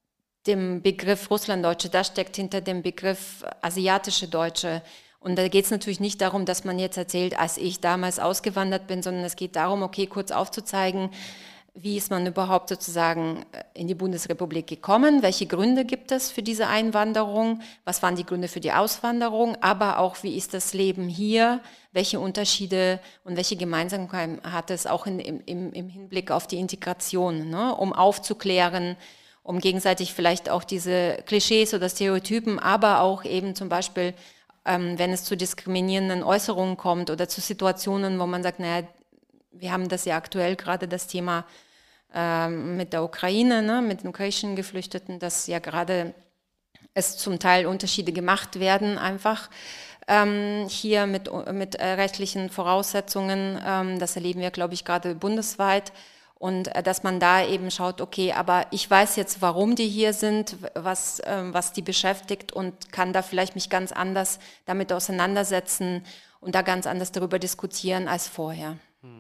dem Begriff Russlanddeutsche, das steckt hinter dem Begriff asiatische Deutsche. Und da geht es natürlich nicht darum, dass man jetzt erzählt, als ich damals ausgewandert bin, sondern es geht darum, okay, kurz aufzuzeigen, wie ist man überhaupt sozusagen in die Bundesrepublik gekommen, welche Gründe gibt es für diese Einwanderung, was waren die Gründe für die Auswanderung, aber auch, wie ist das Leben hier, welche Unterschiede und welche Gemeinsamkeiten hat es auch in, im, im Hinblick auf die Integration, ne, um aufzuklären, um gegenseitig vielleicht auch diese Klischees oder Stereotypen, aber auch eben zum Beispiel, ähm, wenn es zu diskriminierenden Äußerungen kommt oder zu Situationen, wo man sagt, naja, wir haben das ja aktuell gerade das Thema ähm, mit der Ukraine, ne, mit den ukrainischen Geflüchteten, dass ja gerade es zum Teil Unterschiede gemacht werden, einfach ähm, hier mit, mit äh, rechtlichen Voraussetzungen. Ähm, das erleben wir, glaube ich, gerade bundesweit. Und äh, dass man da eben schaut, okay, aber ich weiß jetzt, warum die hier sind, was, ähm, was die beschäftigt und kann da vielleicht mich ganz anders damit auseinandersetzen und da ganz anders darüber diskutieren als vorher.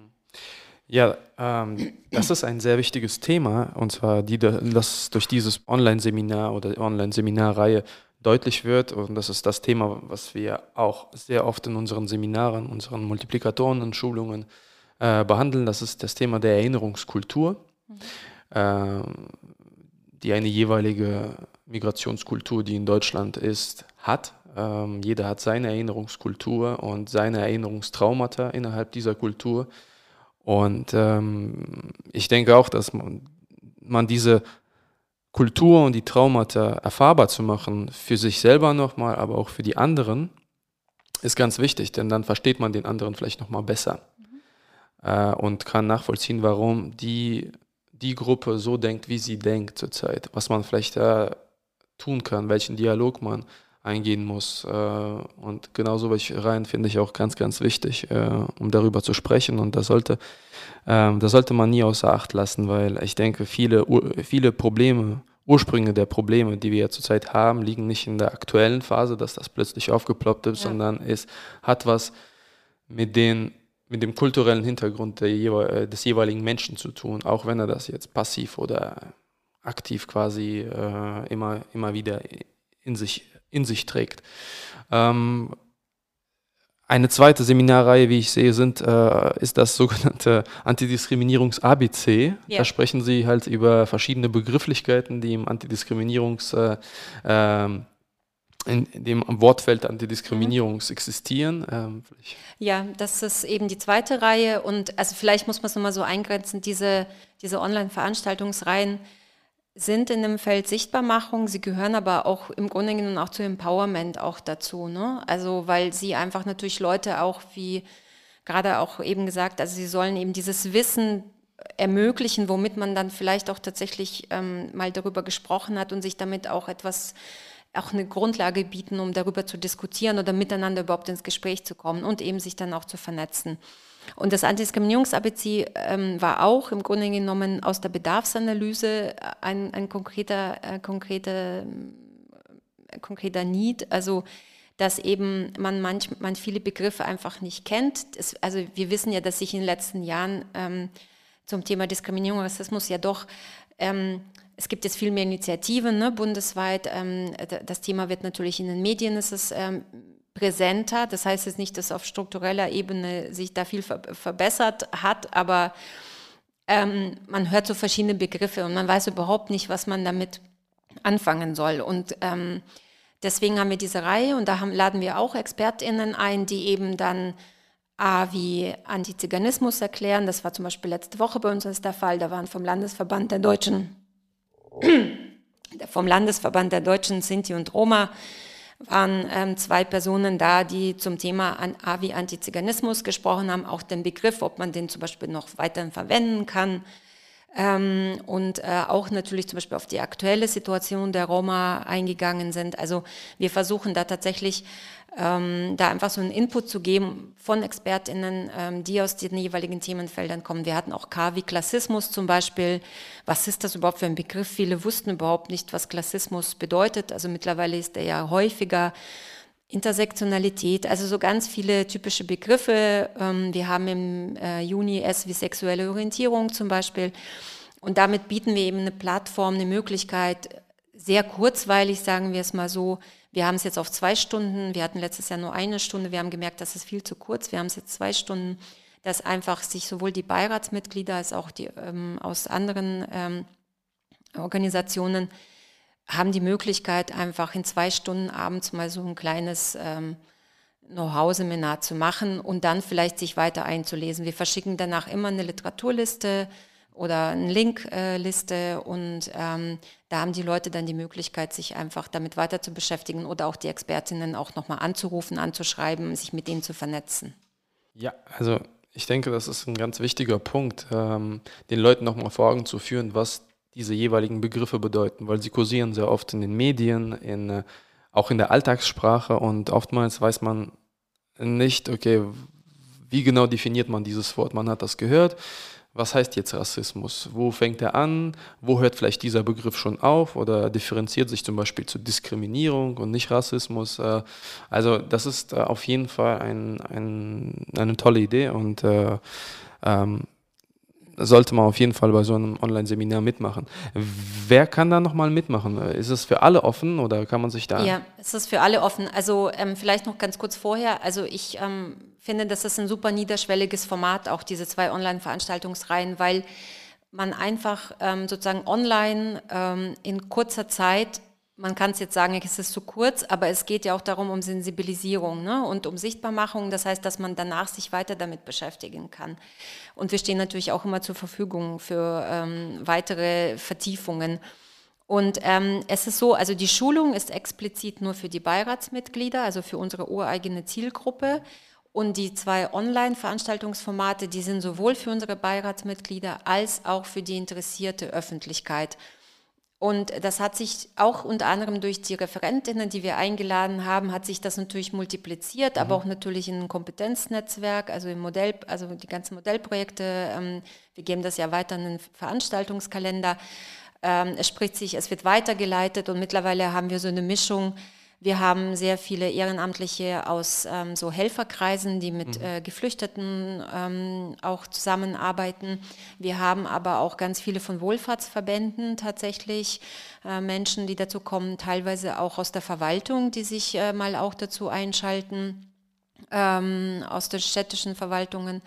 Ja, ähm, das ist ein sehr wichtiges Thema, und zwar, die, das durch dieses Online-Seminar oder Online-Seminarreihe deutlich wird, und das ist das Thema, was wir auch sehr oft in unseren Seminaren, unseren Multiplikatoren und Schulungen äh, behandeln. Das ist das Thema der Erinnerungskultur, mhm. äh, die eine jeweilige Migrationskultur, die in Deutschland ist, hat. Ähm, jeder hat seine Erinnerungskultur und seine Erinnerungstraumata innerhalb dieser Kultur. Und ähm, ich denke auch, dass man, man diese Kultur und die Traumata erfahrbar zu machen, für sich selber nochmal, aber auch für die anderen, ist ganz wichtig, denn dann versteht man den anderen vielleicht nochmal besser, mhm. äh, und kann nachvollziehen, warum die, die Gruppe so denkt, wie sie denkt zurzeit, was man vielleicht äh, tun kann, welchen Dialog man eingehen muss. Äh, und genau so rein finde ich auch ganz, ganz wichtig, äh, um darüber zu sprechen. Und das sollte, äh, das sollte man nie außer Acht lassen, weil ich denke, viele, viele Probleme, Ursprünge der Probleme, die wir ja zurzeit haben, liegen nicht in der aktuellen Phase, dass das plötzlich aufgeploppt ist, ja. sondern es hat was mit, den, mit dem kulturellen Hintergrund der, des jeweiligen Menschen zu tun, auch wenn er das jetzt passiv oder aktiv quasi äh, immer, immer wieder in sich in sich trägt. Ähm, eine zweite Seminarreihe, wie ich sehe, sind, äh, ist das sogenannte Antidiskriminierungs-A B C. Ja. Da sprechen Sie halt über verschiedene Begrifflichkeiten, die im Antidiskriminierungs, äh, äh, in, in dem Wortfeld Antidiskriminierungs mhm. existieren. Ähm, ja, das ist eben die zweite Reihe, und also vielleicht muss man es nochmal so eingrenzen, diese, diese Online-Veranstaltungsreihen sind in dem Feld Sichtbarmachung, sie gehören aber auch im Grunde genommen auch zu Empowerment auch dazu, ne? Also weil sie einfach natürlich Leute auch, wie gerade auch eben gesagt, also sie sollen eben dieses Wissen ermöglichen, womit man dann vielleicht auch tatsächlich ähm, mal darüber gesprochen hat und sich damit auch etwas, auch eine Grundlage bieten, um darüber zu diskutieren oder miteinander überhaupt ins Gespräch zu kommen und eben sich dann auch zu vernetzen. Und das Antidiskriminierungs-A B C ähm, war auch im Grunde genommen aus der Bedarfsanalyse ein, ein konkreter, äh, konkreter, äh, konkreter Need, also dass eben man manch, man viele Begriffe einfach nicht kennt. Das, also wir wissen ja, dass sich in den letzten Jahren ähm, zum Thema Diskriminierung und Rassismus ja doch, ähm, es gibt jetzt viel mehr Initiativen, ne, bundesweit. Ähm, das Thema wird natürlich in den Medien, ist es ähm, präsenter. Das heißt jetzt nicht, dass auf struktureller Ebene sich da viel ver- verbessert hat, aber ähm, man hört so verschiedene Begriffe und man weiß überhaupt nicht, was man damit anfangen soll. Und ähm, deswegen haben wir diese Reihe und da haben, laden wir auch ExpertInnen ein, die eben dann A, wie Antiziganismus erklären. Das war zum Beispiel letzte Woche bei uns ist der Fall. Da waren vom Landesverband der Deutschen, vom Landesverband der Deutschen Sinti und Roma waren ähm, zwei Personen da, die zum Thema an, A, wie Antiziganismus gesprochen haben, auch den Begriff, ob man den zum Beispiel noch weiterhin verwenden kann. Ähm, und äh, auch natürlich zum Beispiel auf die aktuelle Situation der Roma eingegangen sind. Also wir versuchen da tatsächlich ähm, da einfach so einen Input zu geben von ExpertInnen, ähm, die aus den jeweiligen Themenfeldern kommen. Wir hatten auch K wie Klassismus zum Beispiel. Was ist das überhaupt für ein Begriff? Viele wussten überhaupt nicht, was Klassismus bedeutet. Also mittlerweile ist er ja häufiger. Intersektionalität, also so ganz viele typische Begriffe. Wir haben im Juni S wie sexuelle Orientierung zum Beispiel. Und damit bieten wir eben eine Plattform, eine Möglichkeit, sehr kurzweilig, sagen wir es mal so. Wir haben es jetzt auf zwei Stunden, wir hatten letztes Jahr nur eine Stunde, wir haben gemerkt, das ist viel zu kurz, wir haben es jetzt zwei Stunden, dass einfach sich sowohl die Beiratsmitglieder als auch die ähm, aus anderen ähm, Organisationen haben die Möglichkeit, einfach in zwei Stunden abends mal so ein kleines ähm, Know-how-Seminar zu machen und dann vielleicht sich weiter einzulesen. Wir verschicken danach immer eine Literaturliste oder eine Linkliste und ähm, da haben die Leute dann die Möglichkeit, sich einfach damit weiter zu beschäftigen oder auch die Expertinnen auch nochmal anzurufen, anzuschreiben, sich mit ihnen zu vernetzen. Ja, also ich denke, das ist ein ganz wichtiger Punkt, ähm, den Leuten nochmal vor Augen zu führen, was diese jeweiligen Begriffe bedeuten, weil sie kursieren sehr oft in den Medien, in, äh, auch in der Alltagssprache und oftmals weiß man nicht, okay, wie genau definiert man dieses Wort? Man hat das gehört. Was heißt jetzt Rassismus? Wo fängt er an? Wo hört vielleicht dieser Begriff schon auf? Oder differenziert sich zum Beispiel zu Diskriminierung und nicht Rassismus? Äh, Also das ist äh, auf jeden Fall ein, ein, eine tolle Idee und äh, ähm, sollte man auf jeden Fall bei so einem Online-Seminar mitmachen. Wer kann da nochmal mitmachen? Ist es für alle offen oder kann man sich da... Ja, es ist für alle offen. Also ähm, vielleicht noch ganz kurz vorher. Also ich ähm, finde, das ist ein super niederschwelliges Format, auch diese zwei Online-Veranstaltungsreihen, weil man einfach ähm, sozusagen online ähm, in kurzer Zeit, man kann es jetzt sagen, es ist zu kurz, aber es geht ja auch darum, um Sensibilisierung, ne, und um Sichtbarmachung. Das heißt, dass man danach sich weiter damit beschäftigen kann. Und wir stehen natürlich auch immer zur Verfügung für ähm, weitere Vertiefungen. Und ähm, es ist so, also die Schulung ist explizit nur für die Beiratsmitglieder, also für unsere ureigene Zielgruppe. Und die zwei Online-Veranstaltungsformate, die sind sowohl für unsere Beiratsmitglieder als auch für die interessierte Öffentlichkeit. Und das hat sich auch unter anderem durch die Referentinnen, die wir eingeladen haben, hat sich das natürlich multipliziert, mhm. aber auch natürlich in ein Kompetenznetzwerk, also im Modell, also die ganzen Modellprojekte. Ähm, wir geben das ja weiter in den Veranstaltungskalender. Ähm, es spricht sich, es wird weitergeleitet und mittlerweile haben wir so eine Mischung. Wir haben sehr viele Ehrenamtliche aus ähm, so Helferkreisen, die mit mhm. äh, Geflüchteten ähm, auch zusammenarbeiten. Wir haben aber auch ganz viele von Wohlfahrtsverbänden tatsächlich, äh, Menschen, die dazu kommen, teilweise auch aus der Verwaltung, die sich äh, mal auch dazu einschalten, ähm, aus den städtischen Verwaltungen.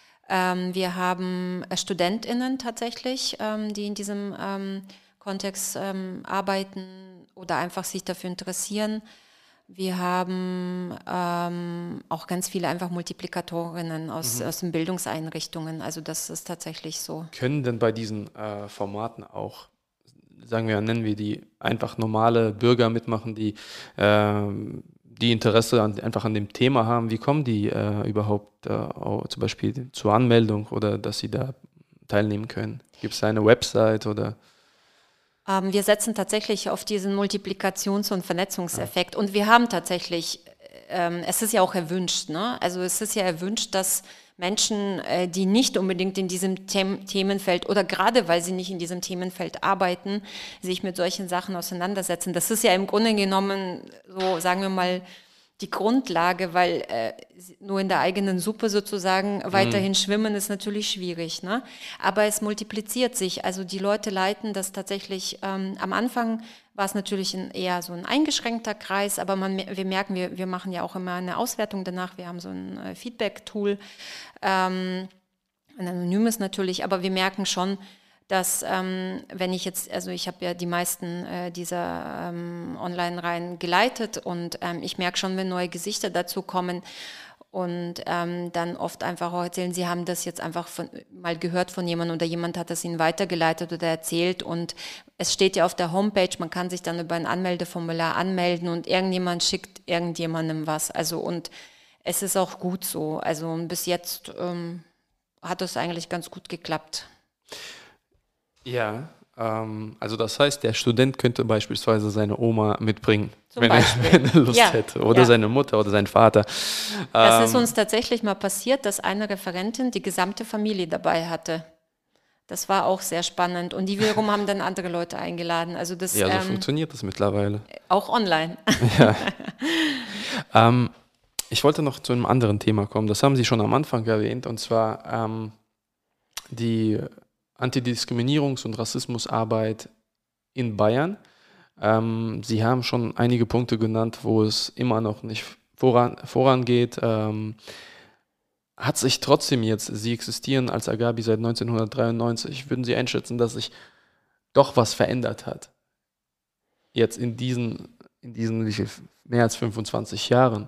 Ähm, wir haben äh, StudentInnen tatsächlich, ähm, die in diesem ähm, Kontext ähm, arbeiten oder einfach sich dafür interessieren. Wir haben ähm, auch ganz viele einfach Multiplikatorinnen aus, mhm. aus den Bildungseinrichtungen. Also das ist tatsächlich so. Können denn bei diesen äh, Formaten auch sagen wir, nennen wir die einfach normale Bürger mitmachen, die ähm, die Interesse an, einfach an dem Thema haben, wie kommen die äh, überhaupt äh, auch zum Beispiel zur Anmeldung oder dass sie da teilnehmen können? Gibt es da eine Website oder? Ähm, wir setzen tatsächlich auf diesen Multiplikations- und Vernetzungseffekt und wir haben tatsächlich, ähm, es ist ja auch erwünscht, ne? Also es ist ja erwünscht, dass Menschen, äh, die nicht unbedingt in diesem Them Themenfeld oder gerade weil sie nicht in diesem Themenfeld arbeiten, sich mit solchen Sachen auseinandersetzen. Das ist ja im Grunde genommen so, sagen wir mal, die Grundlage, weil äh, nur in der eigenen Suppe sozusagen weiterhin schwimmen ist natürlich schwierig, ne? Aber es multipliziert sich. Also die Leute leiten das tatsächlich, ähm, am Anfang war es natürlich ein, eher so ein eingeschränkter Kreis, aber man, wir merken, wir, wir machen ja auch immer eine Auswertung danach, wir haben so ein äh, Feedback-Tool, ähm, ein anonymes natürlich, aber wir merken schon, dass ähm, wenn ich jetzt, also ich habe ja die meisten äh, dieser ähm, Online-Reihen geleitet und ähm, ich merke schon, wenn neue Gesichter dazu kommen und ähm, dann oft einfach auch erzählen, sie haben das jetzt einfach von, mal gehört von jemandem oder jemand hat das ihnen weitergeleitet oder erzählt und es steht ja auf der Homepage, man kann sich dann über ein Anmeldeformular anmelden und irgendjemand schickt irgendjemandem was, also und es ist auch gut so, also bis jetzt ähm, hat das eigentlich ganz gut geklappt. Ja, ähm, also das heißt, der Student könnte beispielsweise seine Oma mitbringen, Zum wenn er, Beispiel. wenn er Lust Ja, hätte, oder ja. seine Mutter oder sein Vater. Das ist Ähm, uns tatsächlich mal passiert, dass eine Referentin die gesamte Familie dabei hatte. Das war auch sehr spannend. Und die wiederum haben dann andere Leute eingeladen. Also das ja, so ähm, funktioniert das mittlerweile. auch online. Ja. Ähm, ich wollte noch zu einem anderen Thema kommen. Das haben Sie schon am Anfang erwähnt, und zwar ähm, die Antidiskriminierungs- und Rassismusarbeit in Bayern. Ähm, Sie haben schon einige Punkte genannt, wo es immer noch nicht voran, vorangeht. Ähm, hat sich trotzdem jetzt, Sie existieren als Agabi seit neunzehnhundertdreiundneunzig, würden Sie einschätzen, dass sich doch was verändert hat? Jetzt in diesen, in diesen wie viel, mehr als fünfundzwanzig Jahren.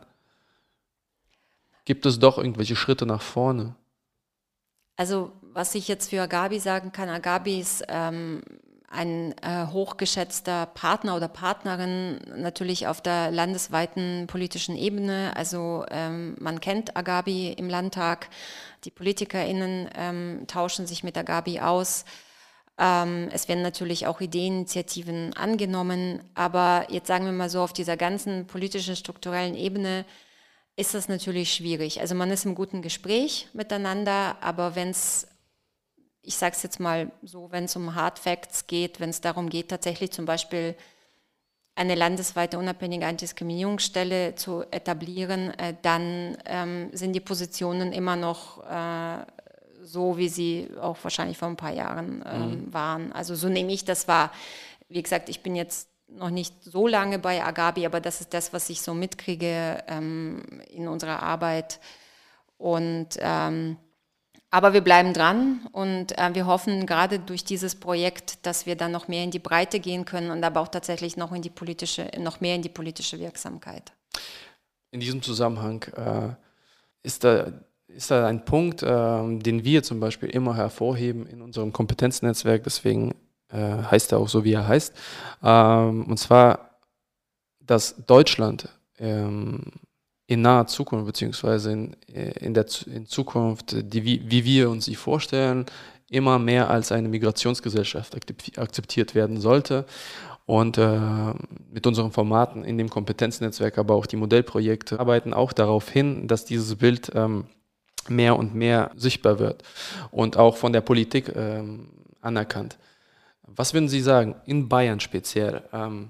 Gibt es doch irgendwelche Schritte nach vorne? Also was ich jetzt für Agabi sagen kann, Agabi ist ähm, ein äh, hochgeschätzter Partner oder Partnerin natürlich auf der landesweiten politischen Ebene. Also ähm, man kennt Agabi im Landtag, die PolitikerInnen ähm, tauschen sich mit Agabi aus. Ähm, es werden natürlich auch Ideeninitiativen angenommen, aber jetzt sagen wir mal so, auf dieser ganzen politischen, strukturellen Ebene ist das natürlich schwierig. Also man ist im guten Gespräch miteinander, aber wenn es, ich sage es jetzt mal so, wenn es um Hard Facts geht, wenn es darum geht, tatsächlich zum Beispiel eine landesweite unabhängige Antidiskriminierungsstelle zu etablieren, äh, dann ähm, sind die Positionen immer noch äh, so, wie sie auch wahrscheinlich vor ein paar Jahren ähm, mhm. waren. Also so nehme ich das wahr. Wie gesagt, ich bin jetzt noch nicht so lange bei Agabi, aber das ist das, was ich so mitkriege ähm, in unserer Arbeit. Und ähm, aber wir bleiben dran und äh, wir hoffen gerade durch dieses Projekt, dass wir dann noch mehr in die Breite gehen können und aber auch tatsächlich noch in die politische, noch mehr in die politische Wirksamkeit. In diesem Zusammenhang äh, ist da ist da ein Punkt, äh, den wir zum Beispiel immer hervorheben in unserem Kompetenznetzwerk, deswegen äh, heißt er auch so, wie er heißt, ähm, und zwar, dass Deutschland ähm, in naher Zukunft, beziehungsweise in, in der in Zukunft, die, wie, wie wir uns sie vorstellen, immer mehr als eine Migrationsgesellschaft akzeptiert werden sollte. Und äh, mit unseren Formaten in dem Kompetenznetzwerk, aber auch die Modellprojekte arbeiten auch darauf hin, dass dieses Bild ähm, mehr und mehr sichtbar wird und auch von der Politik ähm, anerkannt. Was würden Sie sagen, in Bayern speziell? Ähm,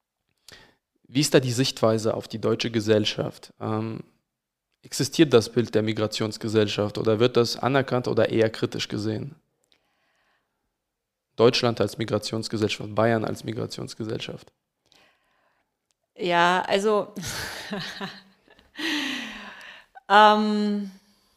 Wie ist da die Sichtweise auf die deutsche Gesellschaft? Ähm, existiert das Bild der Migrationsgesellschaft oder wird das anerkannt oder eher kritisch gesehen? Deutschland als Migrationsgesellschaft, Bayern als Migrationsgesellschaft. Ja, also ähm,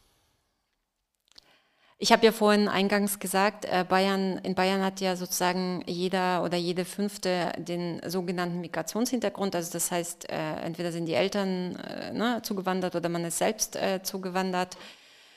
ich habe ja vorhin eingangs gesagt, äh, Bayern, in Bayern hat ja sozusagen jeder oder jede Fünfte den sogenannten Migrationshintergrund. Also das heißt, äh, entweder sind die Eltern äh, ne, zugewandert oder man ist selbst äh, zugewandert.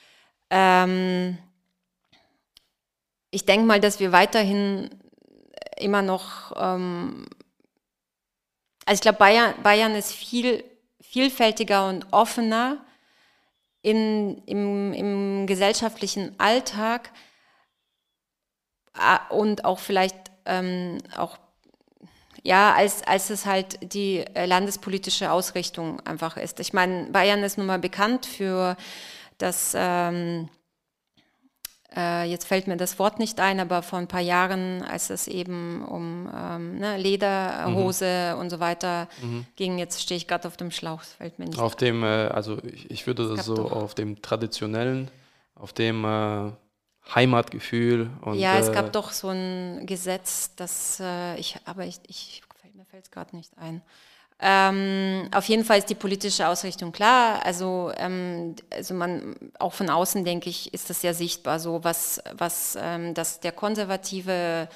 Ähm, ich denke mal, dass wir weiterhin immer noch, ähm, also ich glaube, Bayern, Bayern ist viel vielfältiger und offener in, im, im gesellschaftlichen Alltag äh, und auch vielleicht ähm, auch ja, als, als es halt die äh, landespolitische Ausrichtung einfach ist. Ich meine, Bayern ist nun mal bekannt für das, ähm, äh, jetzt fällt mir das Wort nicht ein, aber vor ein paar Jahren, als es eben um ähm, ne, Lederhose Mhm. und so weiter Mhm. ging, jetzt stehe ich gerade auf dem Schlauch, es fällt mir nicht Auf ein. dem, äh, also ich, ich würde Es das gab so doch, auf dem traditionellen, auf dem äh, Heimatgefühl und ja, es äh, gab doch so ein Gesetz, das äh, ich, aber ich, ich fällt, mir fällt es gerade nicht ein. Ähm, auf jeden Fall ist die politische Ausrichtung klar. Also, ähm, also man auch von außen denke ich, ist das ja sichtbar, so was, was ähm, dass der konservative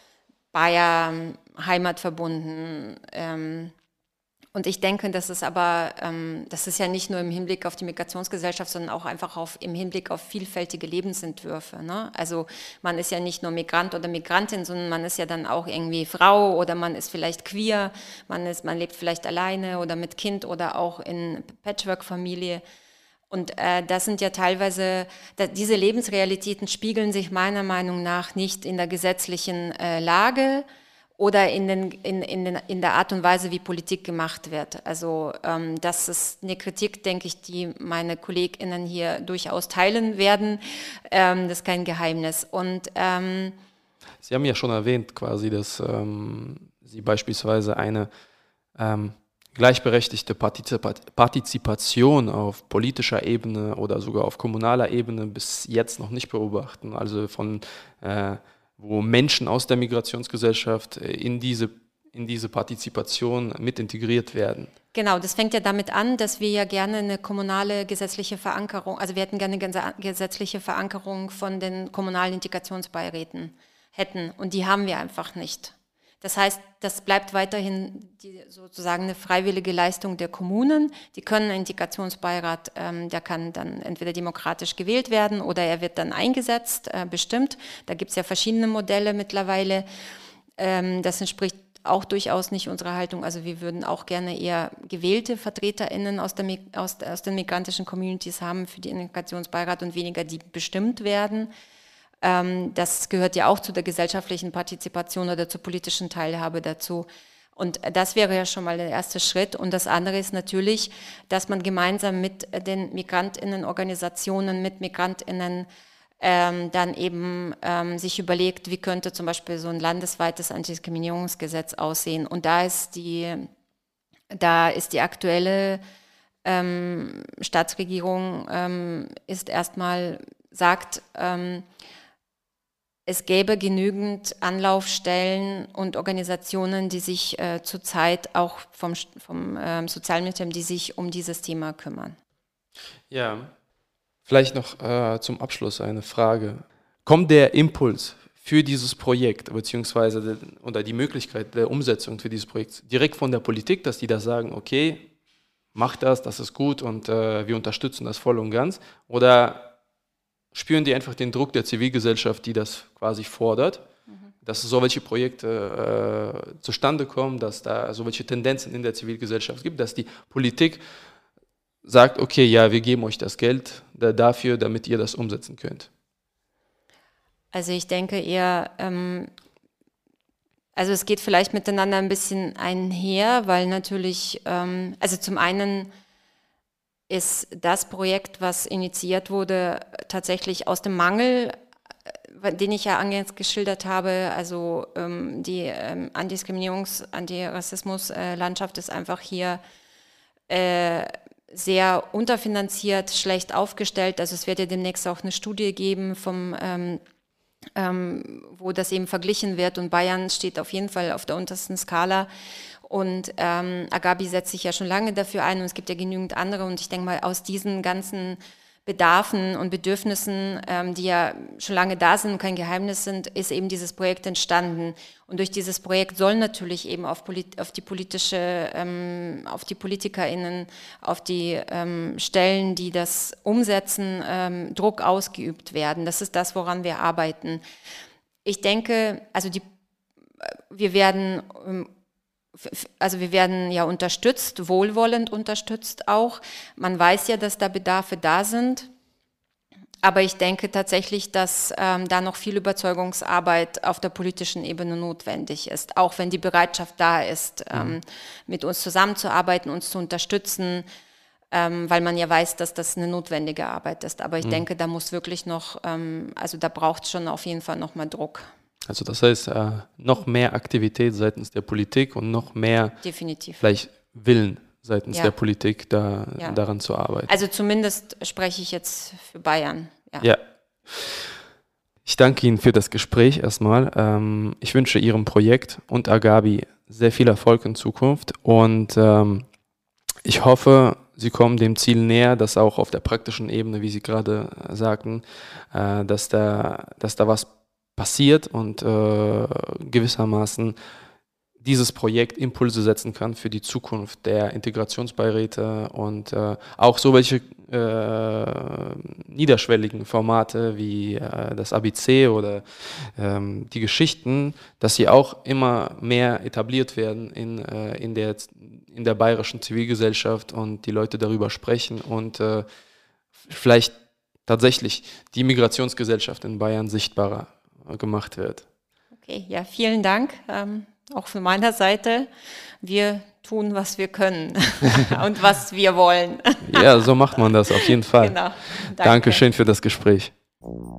Bayer heimatverbunden ähm, und ich denke, dass es aber, ähm, das ist ja nicht nur im Hinblick auf die Migrationsgesellschaft, sondern auch einfach auf, im Hinblick auf vielfältige Lebensentwürfe. Ne? Also man ist ja nicht nur Migrant oder Migrantin, sondern man ist ja dann auch irgendwie Frau oder man ist vielleicht queer, man, ist, man lebt vielleicht alleine oder mit Kind oder auch in Patchwork-Familie. Und äh, das sind ja teilweise, da, diese Lebensrealitäten spiegeln sich meiner Meinung nach nicht in der gesetzlichen äh, Lage oder in, den, in, in, den, in der Art und Weise, wie Politik gemacht wird. Also ähm, das ist eine Kritik, denke ich, die meine KollegInnen hier durchaus teilen werden. Ähm, das ist kein Geheimnis. Und ähm, Sie haben ja schon erwähnt quasi, dass ähm, Sie beispielsweise eine ähm, gleichberechtigte Partizipat Partizipation auf politischer Ebene oder sogar auf kommunaler Ebene bis jetzt noch nicht beobachten. Also von äh, wo Menschen aus der Migrationsgesellschaft äh, in diese, in diese Partizipation mit integriert werden. Genau, das fängt ja damit an, dass wir ja gerne eine kommunale gesetzliche Verankerung, also wir hätten gerne eine gesetzliche Verankerung von den kommunalen Integrationsbeiräten hätten und die haben wir einfach nicht. Das heißt, das bleibt weiterhin die, sozusagen eine freiwillige Leistung der Kommunen. Die können einen Integrationsbeirat, ähm, der kann dann entweder demokratisch gewählt werden oder er wird dann eingesetzt, äh, bestimmt. Da gibt es ja verschiedene Modelle mittlerweile. Ähm, das entspricht auch durchaus nicht unserer Haltung. Also wir würden auch gerne eher gewählte VertreterInnen aus, der, aus, aus den migrantischen Communities haben für den Integrationsbeirat und weniger die bestimmt werden. Das gehört ja auch zu der gesellschaftlichen Partizipation oder zur politischen Teilhabe dazu. Und das wäre ja schon mal der erste Schritt. Und das andere ist natürlich, dass man gemeinsam mit den MigrantInnen-Organisationen, mit MigrantInnen ähm, dann eben ähm, sich überlegt, wie könnte zum Beispiel so ein landesweites Antidiskriminierungsgesetz aussehen. Und da ist die, da ist die aktuelle ähm, Staatsregierung ähm, ist erstmal sagt, ähm, es gäbe genügend Anlaufstellen und Organisationen, die sich äh, zurzeit auch vom, vom ähm, Sozialministerium, die sich um dieses Thema kümmern. Ja, vielleicht noch äh, zum Abschluss eine Frage. Kommt der Impuls für dieses Projekt, beziehungsweise oder die Möglichkeit der Umsetzung für dieses Projekt direkt von der Politik, dass die da sagen, okay, mach das, das ist gut und äh, wir unterstützen das voll und ganz? Oder spüren die einfach den Druck der Zivilgesellschaft, die das quasi fordert, mhm. dass so welche Projekte äh, zustande kommen, dass da so welche Tendenzen in der Zivilgesellschaft gibt, dass die Politik sagt, okay, ja, wir geben euch das Geld da, dafür, damit ihr das umsetzen könnt? Also ich denke eher, ähm, also es geht vielleicht miteinander ein bisschen einher, weil natürlich, ähm, also zum einen ist das Projekt, was initiiert wurde, tatsächlich aus dem Mangel, den ich ja anfangs geschildert habe, also ähm, die ähm, Antidiskriminierungs-, Antirassismus-Landschaft ist einfach hier äh, sehr unterfinanziert, schlecht aufgestellt. Also es wird ja demnächst auch eine Studie geben, vom, ähm, ähm, wo das eben verglichen wird und Bayern steht auf jeden Fall auf der untersten Skala. Und ähm, Agabi setzt sich ja schon lange dafür ein und es gibt ja genügend andere. Und ich denke mal, aus diesen ganzen Bedarfen und Bedürfnissen, ähm, die ja schon lange da sind und kein Geheimnis sind, ist eben dieses Projekt entstanden. Und durch dieses Projekt soll natürlich eben auf, polit auf die politische, ähm, auf die PolitikerInnen, auf die ähm, Stellen, die das umsetzen, ähm, Druck ausgeübt werden. Das ist das, woran wir arbeiten. Ich denke, also die wir werden, also wir werden ja unterstützt, wohlwollend unterstützt auch. Man weiß ja, dass da Bedarfe da sind. Aber ich denke tatsächlich, dass ähm, da noch viel Überzeugungsarbeit auf der politischen Ebene notwendig ist, auch wenn die Bereitschaft da ist, ähm, mhm. mit uns zusammenzuarbeiten, uns zu unterstützen, ähm, weil man ja weiß, dass das eine notwendige Arbeit ist. Aber ich mhm. denke, da muss wirklich noch, ähm, also da braucht es schon auf jeden Fall noch mal Druck. Also das heißt, äh, noch mehr Aktivität seitens der Politik und noch mehr Definitiv. vielleicht Willen seitens ja. der Politik, da, ja. daran zu arbeiten. Also zumindest spreche ich jetzt für Bayern. Ja. ja. Ich danke Ihnen für das Gespräch erstmal. Ähm, ich wünsche Ihrem Projekt und Agabi sehr viel Erfolg in Zukunft und ähm, ich hoffe, Sie kommen dem Ziel näher, dass auch auf der praktischen Ebene, wie Sie gerade sagten, äh, dass, da, dass da was passiert und äh, gewissermaßen dieses Projekt Impulse setzen kann für die Zukunft der Integrationsbeiräte und äh, auch so welche äh, niederschwelligen Formate wie äh, das A B C oder ähm, die Geschichten, dass sie auch immer mehr etabliert werden in, äh, in, der, in der bayerischen Zivilgesellschaft und die Leute darüber sprechen und äh, vielleicht tatsächlich die Migrationsgesellschaft in Bayern sichtbarer gemacht wird. Okay, ja, vielen Dank. Ähm Auch von meiner Seite, wir tun, was wir können und was wir wollen. Ja, so macht man das auf jeden Fall. Genau. Danke. Dankeschön für das Gespräch.